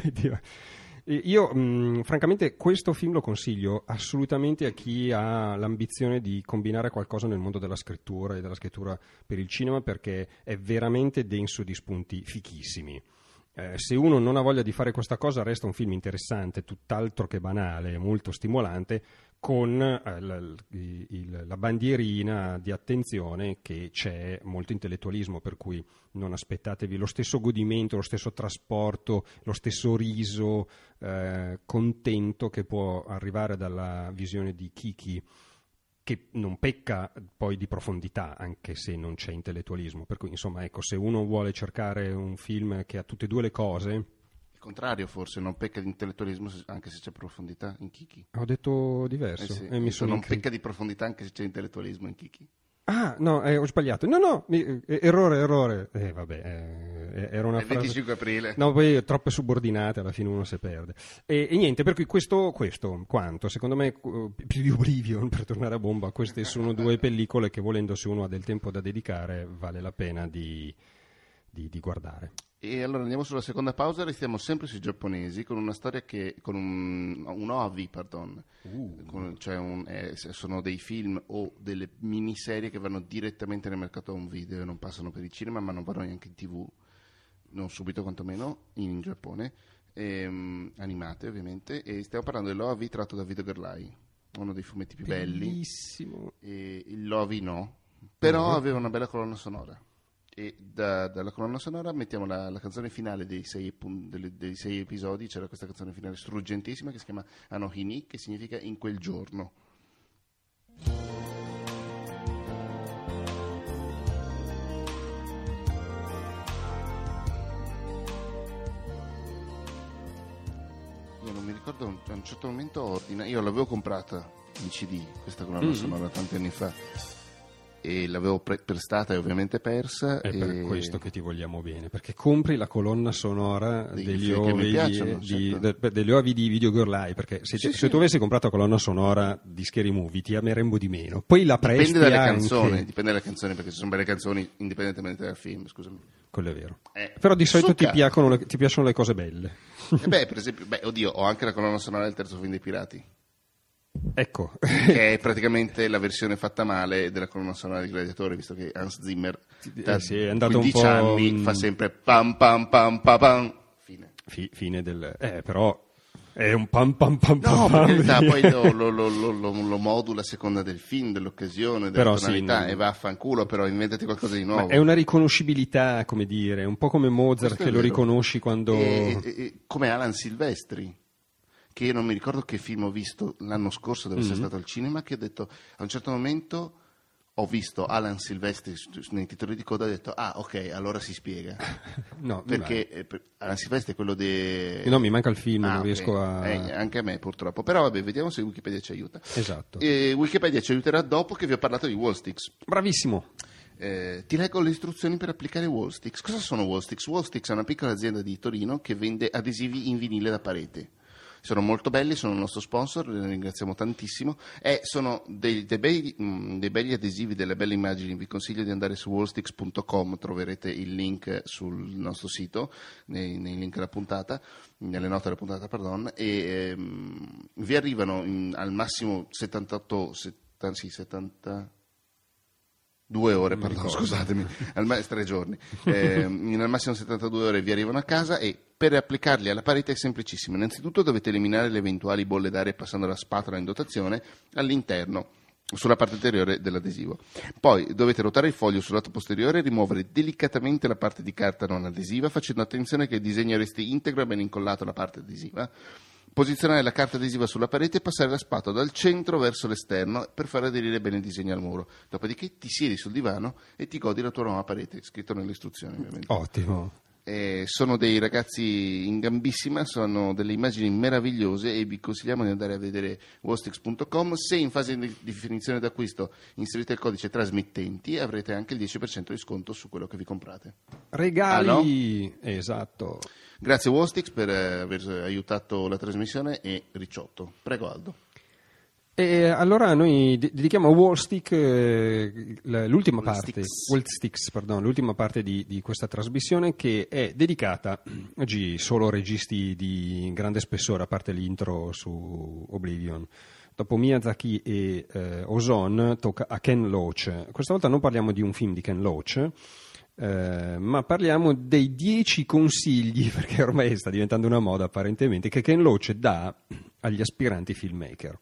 Io mh, francamente questo film lo consiglio assolutamente a chi ha l'ambizione di combinare qualcosa nel mondo della scrittura e della scrittura per il cinema, perché è veramente denso di spunti fichissimi. Eh, se uno non ha voglia di fare questa cosa, resta un film interessante, tutt'altro che banale, molto stimolante, con eh, la, il, la bandierina di attenzione che c'è molto intellettualismo, per cui non aspettatevi lo stesso godimento, lo stesso trasporto, lo stesso riso eh, contento che può arrivare dalla visione di Kiki, che non pecca poi di profondità, anche se non c'è intellettualismo. Per cui, insomma, ecco, se uno vuole cercare un film che ha tutte e due le cose... Il contrario, forse, non pecca di intellettualismo anche se c'è profondità in Kiki. Ho detto diverso. Eh sì, e mi sono non incri... pecca di profondità anche se c'è intellettualismo in Kiki. Ah, no, eh, ho sbagliato. No, no, mi, eh, errore, errore. Eh, vabbè, eh, era una È il frase... venticinque aprile. No, poi troppe subordinate, alla fine uno si perde. E, e niente, per cui questo, questo, quanto? Secondo me, uh, più di Oblivion, per tornare a bomba, queste sono due pellicole che, volendo, se uno ha del tempo da dedicare, vale la pena di, di, di guardare. E allora andiamo sulla seconda pausa, restiamo sempre sui giapponesi con una storia che, con un, un O V I, pardon, uh. con, cioè un, eh, sono dei film o delle miniserie che vanno direttamente nel mercato home video e non passano per il cinema, ma non vanno neanche in tv, non subito quantomeno, in Giappone, ehm, animate ovviamente, e stiamo parlando dell'O V I tratto da Video Girl Eye, uno dei fumetti più Bellissimo. belli, e l'O V I no, però uh-huh. aveva una bella colonna sonora. E da, dalla colonna sonora mettiamo la, la canzone finale dei sei, dei, dei sei episodi. C'era questa canzone finale struggentissima che si chiama Anohini, che significa in quel giorno. ricordo a un certo momento ordina, io l'avevo comprata in C D, questa colonna Mm-hmm. sonora tanti anni fa, e l'avevo pre- prestata e ovviamente persa. È e... per questo che ti vogliamo bene, perché compri la colonna sonora Degli degli film che mi ovi, piacciono, di, certo. de- degli ovi di Video Girl Live, perché se, Sì, ti- sì. se tu avessi comprato la colonna sonora di Scary Movie ti ameremmo di meno, poi la presti Dipende dalle anche. canzoni, dipende dalle canzoni, perché ci sono belle canzoni indipendentemente dal film, scusami. Quello è vero. Eh, Però di solito ti succa. piacciono, le, ti piacciono le cose belle. E beh, per esempio, beh, oddio, ho anche la colonna sonora del terzo film dei Pirati, Ecco. che è praticamente la versione fatta male della colonna sonora di Gladiatore, visto che Hans Zimmer da Eh sì, è andato un quindici po', anni mm, fa sempre pam pam pam pam pam, fine. Fi- fine del... Eh, però è un pam pam pam No, pam per pam. carità, poi lo, lo, lo, lo, lo- lo modula a seconda del film, dell'occasione, della Però sì, tonalità, non- e vaffanculo, però inventati qualcosa di Ma nuovo. è una riconoscibilità, come dire, un po' come Mozart, Questo è che lo vero. riconosci quando... E- e- e- come Alan Silvestri, che io non mi ricordo che film ho visto l'anno scorso, deve essere Mm-hmm. stato al cinema, che ha detto, a un certo momento ho visto Alan Silvestri su- su- nei titoli di coda e ho detto, ah ok, allora si spiega. No, mi Perché eh, per- Alan Silvestri è quello di... manca. No, mi manca il film, Ah, non ok. riesco a... Eh, anche a me purtroppo, però vabbè, vediamo se Wikipedia ci aiuta. Esatto. E Wikipedia ci aiuterà dopo che vi ho parlato di Wallsticks. Bravissimo. Eh, ti leggo le istruzioni per applicare Wallsticks. Cosa sono Wallsticks? Wallsticks è una piccola azienda di Torino che vende adesivi in vinile da parete. Sono molto belli, sono il nostro sponsor, li ringraziamo tantissimo. E sono dei, dei, bei, mh, dei belli adesivi, delle belle immagini. Vi consiglio di andare su wallsticks punto com, troverete il link sul nostro sito, nei, nei link della puntata, nelle note della puntata, pardon, e ehm, vi arrivano in- al massimo settantotto, settanta, sì, settanta... Due ore, Non mi pardon, ricordo. scusatemi, al ma- tre giorni. Eh, in al massimo settantadue ore vi arrivano a casa e per applicarli alla parete è semplicissimo. Innanzitutto dovete eliminare le eventuali bolle d'aria passando la spatola in dotazione all'interno, sulla parte anteriore dell'adesivo. Poi dovete ruotare il foglio sul lato posteriore e rimuovere delicatamente la parte di carta non adesiva, facendo attenzione che il disegno resti integro e ben incollato alla parte adesiva. Posizionare la carta adesiva sulla parete e passare la spatola dal centro verso l'esterno per far aderire bene il disegno al muro. Dopodiché ti siedi sul divano e ti godi la tua nuova parete, scritto nelle istruzioni ovviamente. Ottimo. Eh, sono dei ragazzi in gambissima, sono delle immagini meravigliose e vi consigliamo di andare a vedere wallsticks punto com. Se in fase di definizione d'acquisto inserite il codice trasmittenti avrete anche il dieci per cento di sconto su quello che vi comprate. Regali. Esatto. Grazie Wallsticks per eh, aver aiutato la trasmissione e Ricciotto. Prego Aldo. E allora noi de- dedichiamo a Wallstick eh, l- l'ultima parte, Wallsticks. Wallsticks, pardon, l'ultima parte di, di questa trasmissione, che è dedicata oggi solo a registi di grande spessore, a parte l'intro su Oblivion. Dopo Miyazaki e eh, Ozon tocca a Ken Loach. Questa volta non parliamo di un film di Ken Loach, eh, ma parliamo dei dieci consigli, perché ormai sta diventando una moda apparentemente, che Ken Loach dà agli aspiranti filmmaker.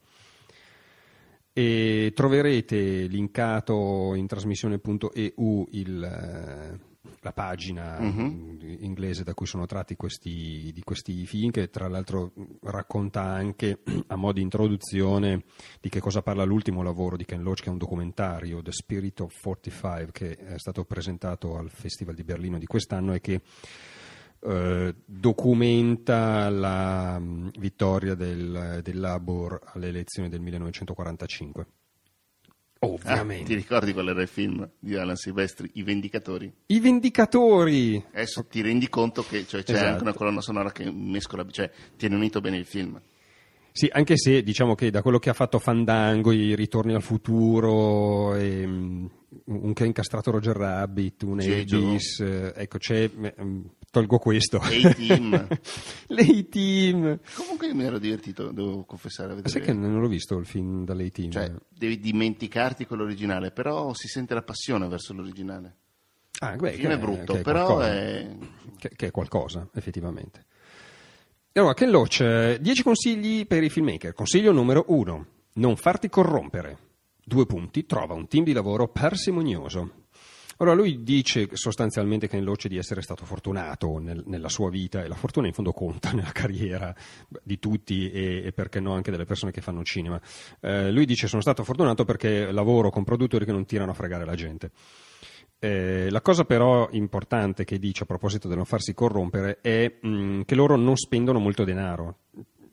E troverete linkato in trasmissione punto e u il, eh, la pagina Mhm. inglese da cui sono tratti questi, di questi film, che tra l'altro racconta anche a mo' di introduzione di che cosa parla l'ultimo lavoro di Ken Loach, che è un documentario, The Spirit of quarantacinque, che è stato presentato al Festival di Berlino di quest'anno e che eh, documenta la mh, vittoria del, del Labour alle elezioni del millenovecentoquarantacinque. Ah, Ovviamente. ti ricordi qual era il film di Alan Silvestri? I Vendicatori. I Vendicatori! Adesso ti rendi conto che cioè, c'è Esatto. anche una colonna sonora che mescola, cioè tiene unito bene il film. Sì, anche se diciamo che da quello che ha fatto Fandango, i Ritorni al futuro, e, um, un che ha incastrato Roger Rabbit, un G I. Joe. Elvis, eh, ecco, c'è, um, tolgo questo. A-Team. L'A-Team. Comunque io mi ero divertito, devo confessare a vedere. Sai che non l'ho visto il film dall'A-Team? Cioè, devi dimenticarti quello originale, però si sente la passione verso l'originale. Ah, beh, Il film che- è brutto, che è però qualcosa. è... Che, che è qualcosa, effettivamente. E allora, Ken Loach, eh, dieci consigli per i filmmaker. Consiglio numero uno: non farti corrompere. Due punti: trova un team di lavoro parsimonioso. Allora, lui dice sostanzialmente, Ken Loach, di essere stato fortunato nel- nella sua vita, e la fortuna in fondo conta nella carriera di tutti e, e perché no anche delle persone che fanno cinema. Eh, lui dice: sono stato fortunato perché lavoro con produttori che non tirano a fregare la gente. Eh, la cosa però importante che dice a proposito del non farsi corrompere è mh, che loro non spendono molto denaro.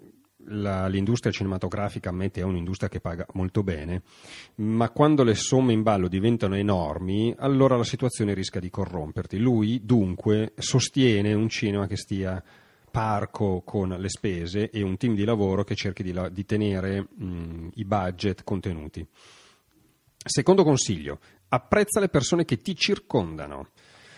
la, l'industria cinematografica ammette è un'industria che paga molto bene, ma quando le somme in ballo diventano enormi, allora la situazione rischia di corromperti. Lui dunque sostiene un cinema che stia parco con le spese e un team di lavoro che cerchi di, la, di tenere mh, i budget contenuti. Secondo consiglio, apprezza le persone che ti circondano.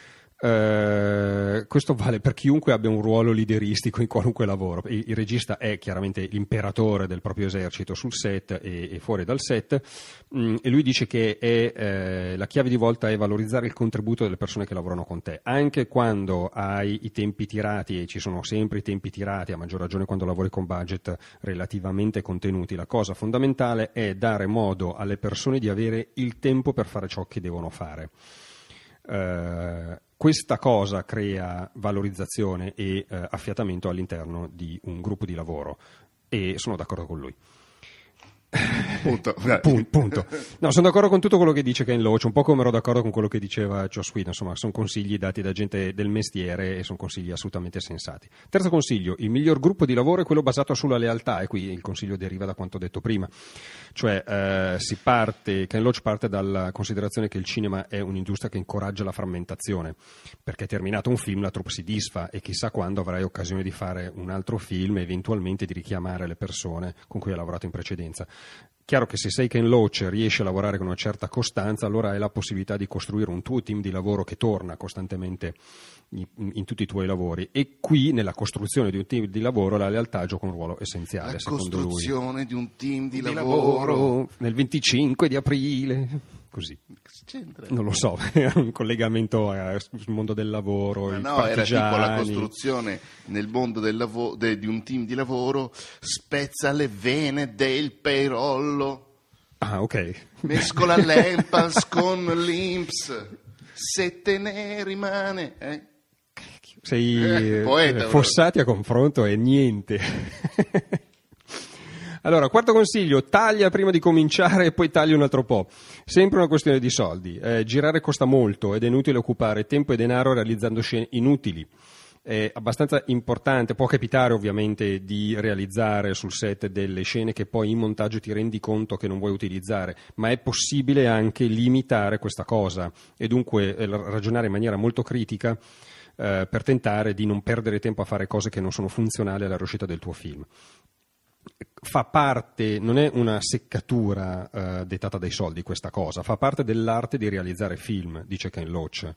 Uh, questo vale per chiunque abbia un ruolo lideristico in qualunque lavoro. Il, il regista è chiaramente l'imperatore del proprio esercito sul set e, e fuori dal set, mm, e lui dice che è, eh, la chiave di volta è valorizzare il contributo delle persone che lavorano con te, anche quando hai i tempi tirati, e ci sono sempre i tempi tirati, a maggior ragione quando lavori con budget relativamente contenuti. La cosa fondamentale è dare modo alle persone di avere il tempo per fare ciò che devono fare. Uh, questa cosa crea valorizzazione e uh, affiatamento all'interno di un gruppo di lavoro, e sono d'accordo con lui. Punto. Pun- punto. No, sono d'accordo con tutto quello che dice Ken Loach, un po' come ero d'accordo con quello che diceva Joss Whedon. Insomma, sono consigli dati da gente del mestiere e sono consigli assolutamente sensati. Terzo consiglio: il miglior gruppo di lavoro è quello basato sulla lealtà, e qui il consiglio deriva da quanto detto prima, cioè eh, si parte, Ken Loach parte dalla considerazione che il cinema è un'industria che incoraggia la frammentazione, perché terminato un film la troupe si disfa e chissà quando avrai occasione di fare un altro film e eventualmente di richiamare le persone con cui hai lavorato in precedenza. Chiaro che se sei Ken Loach e riesci a lavorare con una certa costanza, allora hai la possibilità di costruire un tuo team di lavoro che torna costantemente in, in tutti i tuoi lavori, e qui nella costruzione di un team di lavoro la lealtà gioca un ruolo essenziale, la secondo lui. La costruzione di un team di, di lavoro. lavoro nel venticinque di aprile. Così. C'entra? Non lo so, era un collegamento al mondo del lavoro. Ma i no, partigiani. Era tipo la costruzione nel mondo del lavo- de- di un team di lavoro spezza le vene del peirollo. Ah, ok. Mescola l'Empals con l'I N P S, se te ne rimane. Eh? Sei eh, poeta, fossati a confronto e niente. Allora, quarto consiglio: taglia prima di cominciare e poi taglia un altro po'. Sempre una questione di soldi. Eh, girare costa molto ed è inutile occupare tempo e denaro realizzando scene inutili. È abbastanza importante, può capitare ovviamente di realizzare sul set delle scene che poi in montaggio ti rendi conto che non vuoi utilizzare, ma è possibile anche limitare questa cosa e dunque eh, ragionare in maniera molto critica eh, per tentare di non perdere tempo a fare cose che non sono funzionali alla riuscita del tuo film. Fa parte, non è una seccatura uh, dettata dai soldi questa cosa, fa parte dell'arte di realizzare film, dice Ken Loach.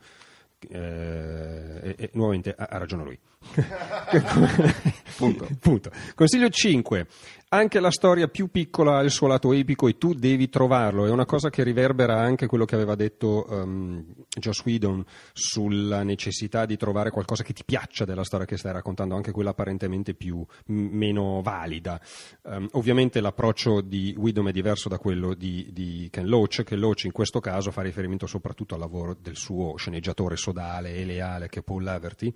Eh, e, e nuovamente ha, ha ragione lui. Punto. Punto. Consiglio cinque: anche la storia più piccola ha il suo lato epico e tu devi trovarlo. È una cosa che riverbera anche quello che aveva detto um, Joss Whedon sulla necessità di trovare qualcosa che ti piaccia della storia che stai raccontando, anche quella apparentemente più m- meno valida. Um, ovviamente l'approccio di Whedon è diverso da quello di, di Ken Loach. Ken Loach in questo caso fa riferimento soprattutto al lavoro del suo sceneggiatore sodale e leale, che è Paul Laverty,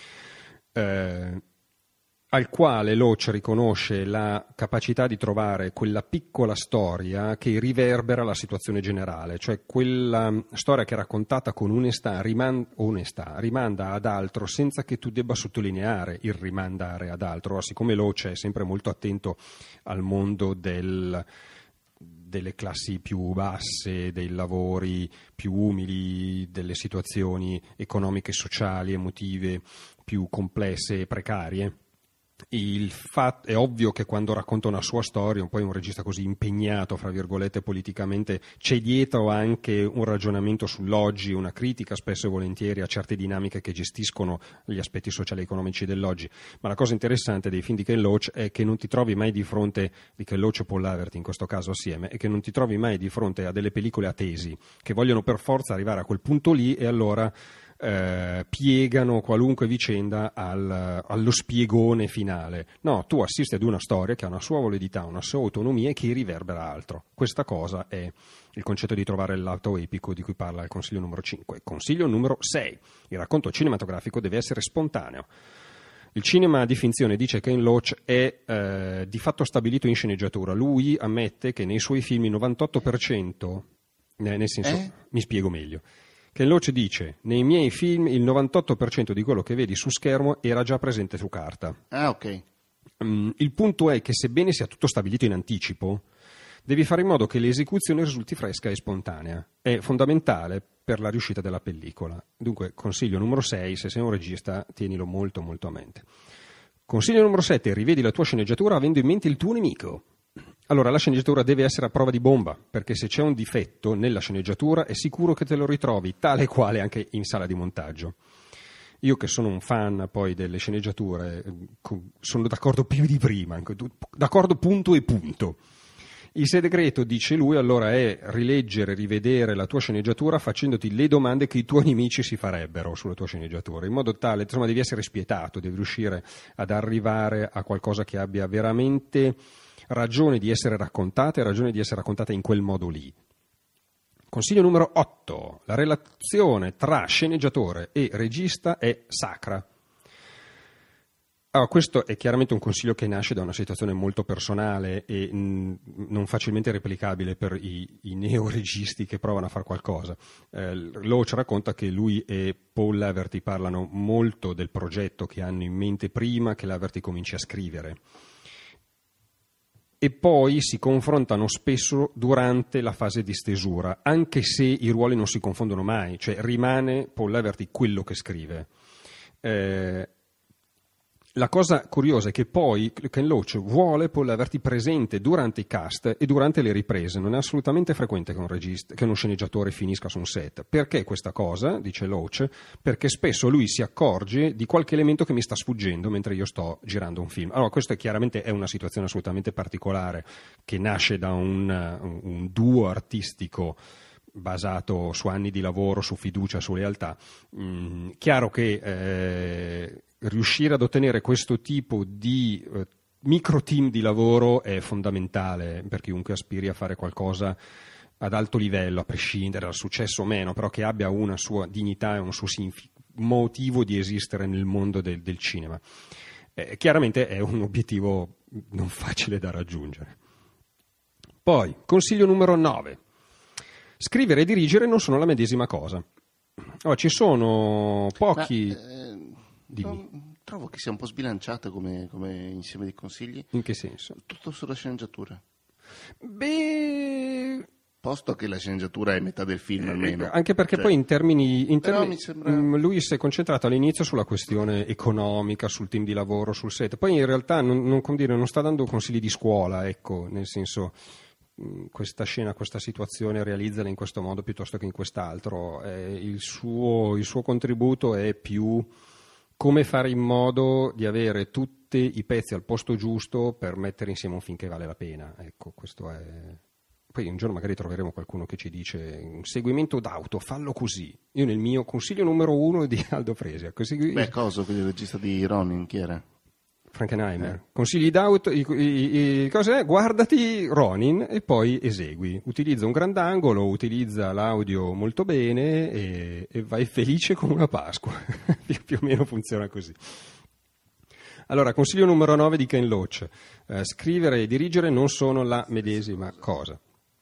eh, al quale Loach riconosce la capacità di trovare quella piccola storia che riverbera la situazione generale, cioè quella storia che raccontata con onestà, riman- onestà rimanda ad altro senza che tu debba sottolineare il rimandare ad altro. Siccome Loach è sempre molto attento al mondo del delle classi più basse, dei lavori più umili, delle situazioni economiche, sociali, emotive più complesse e precarie. Il fatto, è ovvio che quando racconta una sua storia, un po' un regista così impegnato, fra virgolette, politicamente, c'è dietro anche un ragionamento sull'oggi, una critica spesso e volentieri a certe dinamiche che gestiscono gli aspetti sociali e economici dell'oggi. Ma la cosa interessante dei film di Ken Loach è che non ti trovi mai di fronte, di Ken Loach e Paul Laverty in questo caso assieme, è che non ti trovi mai di fronte a delle pellicole a tesi che vogliono per forza arrivare a quel punto lì e allora Eh, piegano qualunque vicenda al, allo spiegone finale. No, tu assisti ad una storia che ha una sua validità, una sua autonomia e che riverbera altro. Questa cosa è il concetto di trovare il lato epico di cui parla il consiglio numero cinque. Consiglio numero sei: il racconto cinematografico deve essere spontaneo. Il cinema di finzione, dice Ken Loach, è eh, di fatto stabilito in sceneggiatura. Lui ammette che nei suoi film il novantotto per cento, eh, nel senso, eh? mi spiego meglio. Ken Loach dice: nei miei film il novantotto per cento di quello che vedi su schermo era già presente su carta. Ah, ok. Um, il punto è che sebbene sia tutto stabilito in anticipo, devi fare in modo che l'esecuzione risulti fresca e spontanea. È fondamentale per la riuscita della pellicola. Dunque, consiglio numero sei, se sei un regista, tienilo molto molto a mente. Consiglio numero sette, rivedi la tua sceneggiatura avendo in mente il tuo nemico. Allora, la sceneggiatura deve essere a prova di bomba, perché se c'è un difetto nella sceneggiatura è sicuro che te lo ritrovi tale e quale anche in sala di montaggio. Io che sono un fan poi delle sceneggiature, sono d'accordo più di prima, d'accordo punto e punto. Il segreto, dice lui, allora è rileggere, rivedere la tua sceneggiatura facendoti le domande che i tuoi nemici si farebbero sulla tua sceneggiatura, in modo tale, insomma, devi essere spietato, devi riuscire ad arrivare a qualcosa che abbia veramente ragione di essere raccontata e ragione di essere raccontata in quel modo lì. Consiglio numero otto. La relazione tra sceneggiatore e regista è sacra. Allora, questo è chiaramente un consiglio che nasce da una situazione molto personale e mh, non facilmente replicabile per i, i neoregisti che provano a fare qualcosa. Eh, Loach racconta che lui e Paul Laverty parlano molto del progetto che hanno in mente prima che Laverty cominci a scrivere. E poi si confrontano spesso durante la fase di stesura, anche se i ruoli non si confondono mai, cioè rimane Paul Laverty quello che scrive. Eh, la cosa curiosa è che poi Ken Loach vuole Paul Laverty presente durante i cast e durante le riprese. Non è assolutamente frequente che un, regista, che uno sceneggiatore finisca su un set. Perché questa cosa, dice Loach? Perché spesso lui si accorge di qualche elemento che mi sta sfuggendo mentre io sto girando un film. Allora, questa chiaramente è una situazione assolutamente particolare che nasce da un, un, un duo artistico basato su anni di lavoro, su fiducia, su lealtà. Mm, chiaro che eh, riuscire ad ottenere questo tipo di eh, micro team di lavoro è fondamentale per chiunque aspiri a fare qualcosa ad alto livello, a prescindere dal successo o meno, però che abbia una sua dignità e un suo signific- motivo di esistere nel mondo del, del cinema. Eh, chiaramente è un obiettivo non facile da raggiungere. Poi, consiglio numero nove. Scrivere e dirigere non sono la medesima cosa. Oh, ci sono pochi... Ma, eh, no, trovo che sia un po' sbilanciato come, come insieme di consigli. In che senso? Tutto sulla sceneggiatura. Beh... Posto che la sceneggiatura è metà del film almeno. Anche perché cioè, poi in termini... In termini mi sembra... lui si è concentrato all'inizio sulla questione economica, sul team di lavoro, sul set. Poi in realtà non, non, come dire, non sta dando consigli di scuola, ecco, nel senso... questa scena, questa situazione realizzala in questo modo piuttosto che in quest'altro. Eh, il suo, il suo contributo è più come fare in modo di avere tutti i pezzi al posto giusto per mettere insieme un film che vale la pena. Ecco, questo è... Poi un giorno magari troveremo qualcuno che ci dice un seguimento d'auto, fallo così. Io nel mio consiglio numero uno di Aldo Fresia. Così... Beh, cosa? Il regista di Ronin, chi era? Frankenheimer. Eh. Consigli d'auto, i, i, i, cos'è? Guardati Ronin e poi esegui. Utilizza un grandangolo, utilizza l'audio molto bene e, e vai felice come una Pasqua. Più o meno funziona così. Allora, consiglio numero nove di Ken Loach. Eh, scrivere e dirigere non sono la medesima cosa.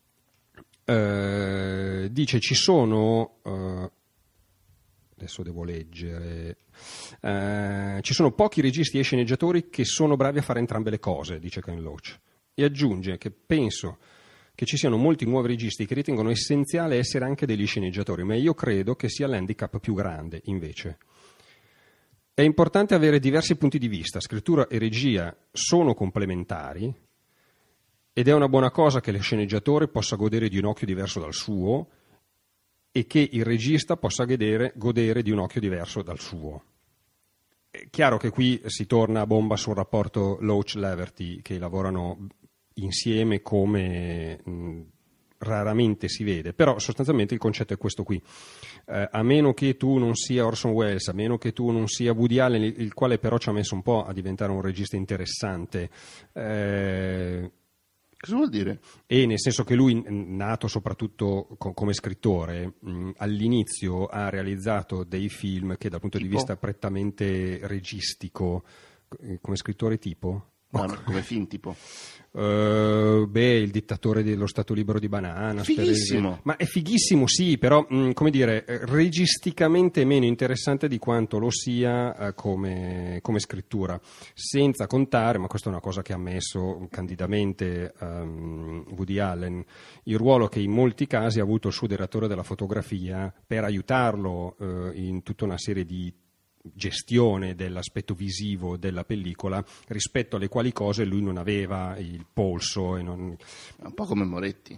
Eh, dice ci sono... Eh, adesso devo leggere... Uh, ci sono pochi registi e sceneggiatori che sono bravi a fare entrambe le cose, dice Ken Loach, e aggiunge che penso che ci siano molti nuovi registi che ritengono essenziale essere anche degli sceneggiatori, ma io credo che sia l'handicap più grande invece. È importante avere diversi punti di vista, scrittura e regia sono complementari ed è una buona cosa che lo sceneggiatore possa godere di un occhio diverso dal suo e che il regista possa godere, godere di un occhio diverso dal suo. È chiaro che qui si torna a bomba sul rapporto Loach-Laverty, che lavorano insieme come mh, raramente si vede, però sostanzialmente il concetto è questo qui. Eh, a meno che tu non sia Orson Welles, a meno che tu non sia Woody Allen, il, il quale però ci ha messo un po' a diventare un regista interessante, eh, cosa vuol dire? E nel senso che lui, nato soprattutto co- come scrittore, mh, all'inizio ha realizzato dei film che dal punto tipo? di vista prettamente registico, come scrittore tipo? Ma no, come film tipo? Uh, beh, il dittatore dello Stato Libero di Banana. Fighissimo. Ma è fighissimo, sì, però mh, come dire, registicamente meno interessante di quanto lo sia uh, come, come scrittura, senza contare, ma questa è una cosa che ha ammesso candidamente um, Woody Allen, il ruolo che in molti casi ha avuto il suo direttore della fotografia per aiutarlo uh, in tutta una serie di gestione dell'aspetto visivo della pellicola, rispetto alle quali cose lui non aveva il polso e non... È un po' come Moretti.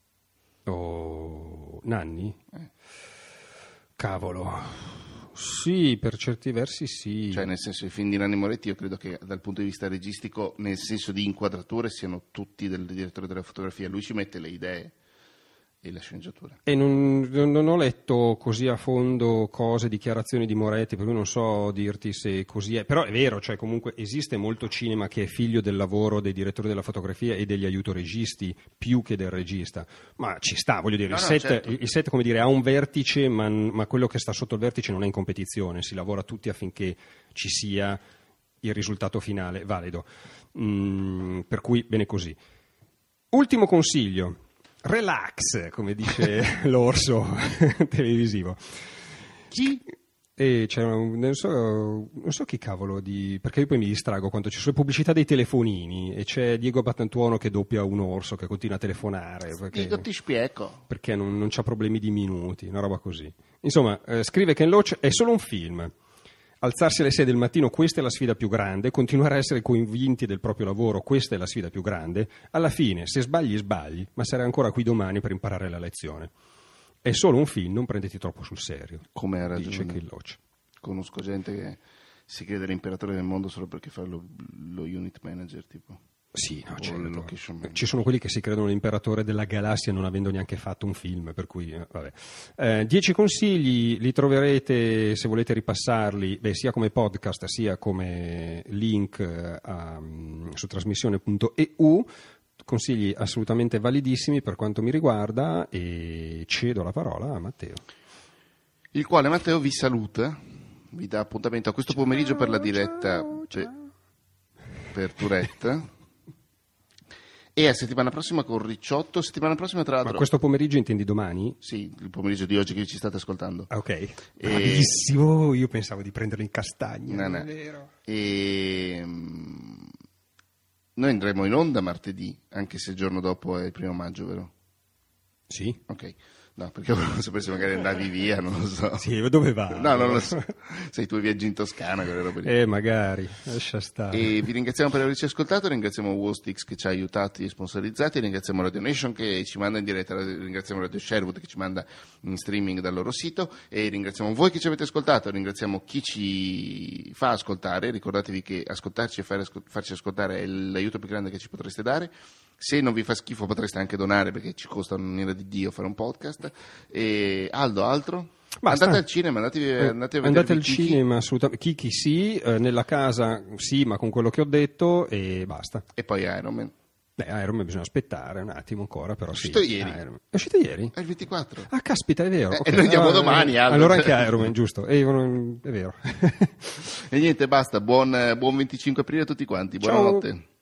Oh, Nanni? Eh. Cavolo, sì, per certi versi sì. Cioè, nel senso, i film di Nanni Moretti io credo che dal punto di vista registico, nel senso di inquadrature, siano tutti del direttore della fotografia. Lui ci mette le idee e la sceneggiatura. E non, non ho letto così a fondo cose, dichiarazioni di Moretti, per cui non so dirti se così è, però è vero, cioè comunque esiste molto cinema che è figlio del lavoro dei direttori della fotografia e degli aiutoregisti più che del regista, ma ci sta, voglio dire, No, il, no, set, certo. il set come dire ha un vertice, ma, ma quello che sta sotto il vertice non è in competizione, si lavora tutti affinché ci sia il risultato finale valido, mm, per cui bene così. Ultimo consiglio: relax, come dice l'orso televisivo. Chi? E c'è un, non so, non so chi cavolo di, perché io poi mi distrago quando ci sono le pubblicità dei telefonini e c'è Diego Battantuono che doppia un orso che continua a telefonare perché, Dico, ti spiego. perché non, non c'ha problemi di minuti, una roba così. Insomma, eh, scrive Ken Loach: è solo un film. Alzarsi alle sei del mattino, questa è la sfida più grande, continuare a essere convinti del proprio lavoro, questa è la sfida più grande. Alla fine, se sbagli, sbagli, ma sarai ancora qui domani per imparare la lezione. È solo un film, non prenditi troppo sul serio. Come ha Dice ragione. Ken Loach. Conosco gente che si crede l'imperatore del mondo solo perché fa lo, lo unit manager, tipo. Sì, no, O certo. il location manager. Ci sono quelli che si credono l'imperatore della galassia non avendo neanche fatto un film, per cui eh, vabbè. Eh, dieci consigli li troverete, se volete ripassarli, beh, sia come podcast sia come link eh, a, su trasmissione punto e u. Consigli assolutamente validissimi per quanto mi riguarda, e cedo la parola a Matteo. Il quale Matteo vi saluta, vi dà appuntamento a questo Ciao, pomeriggio per la diretta ciao, ciao. per, per Tourette. E a settimana prossima con Ricciotto. Settimana prossima, tra l'altro. Ma questo pomeriggio intendi domani? Sì, il pomeriggio di oggi che ci state ascoltando. Ah, ok. E- Bravissimo, io pensavo di prenderlo in castagna. No, non no. è vero. E mm, noi andremo in onda martedì, anche se il giorno dopo è il primo maggio, vero? Sì. Ok. No, perché volevo sapere se magari andavi via, non lo so. Sì, dove va? No, non lo so. Sei i tuoi viaggi in Toscana, quelle robe lì. Eh, magari, lascia stare. E vi ringraziamo per averci ascoltato, ringraziamo Wostix che ci ha aiutati e sponsorizzati, ringraziamo Radio Nation che ci manda in diretta, ringraziamo Radio Sherwood che ci manda in streaming dal loro sito, e ringraziamo voi che ci avete ascoltato, ringraziamo chi ci fa ascoltare. Ricordatevi che ascoltarci e fare ascol- farci ascoltare è l'aiuto più grande che ci potreste dare. Se non vi fa schifo potreste anche donare, perché ci costa un'ira di Dio fare un podcast. E Aldo, altro? Basta. Andate al cinema, andatevi, Eh, andate a vedere andate al cinema, assolutamente. Kiki sì, eh, nella casa sì, ma con quello che ho detto, e basta. e poi Iron Man. Beh, Iron Man bisogna aspettare un attimo ancora, però È sì. uscito ieri. Iron Man. È uscito ieri? È il ventiquattro. Ah, caspita, è vero. Eh, ok. e noi andiamo Ah, domani, eh, Aldo. allora anche Iron Man, giusto. Eh, non- è vero. E niente, basta, buon, buon venticinque aprile a tutti quanti, Ciao. buonanotte.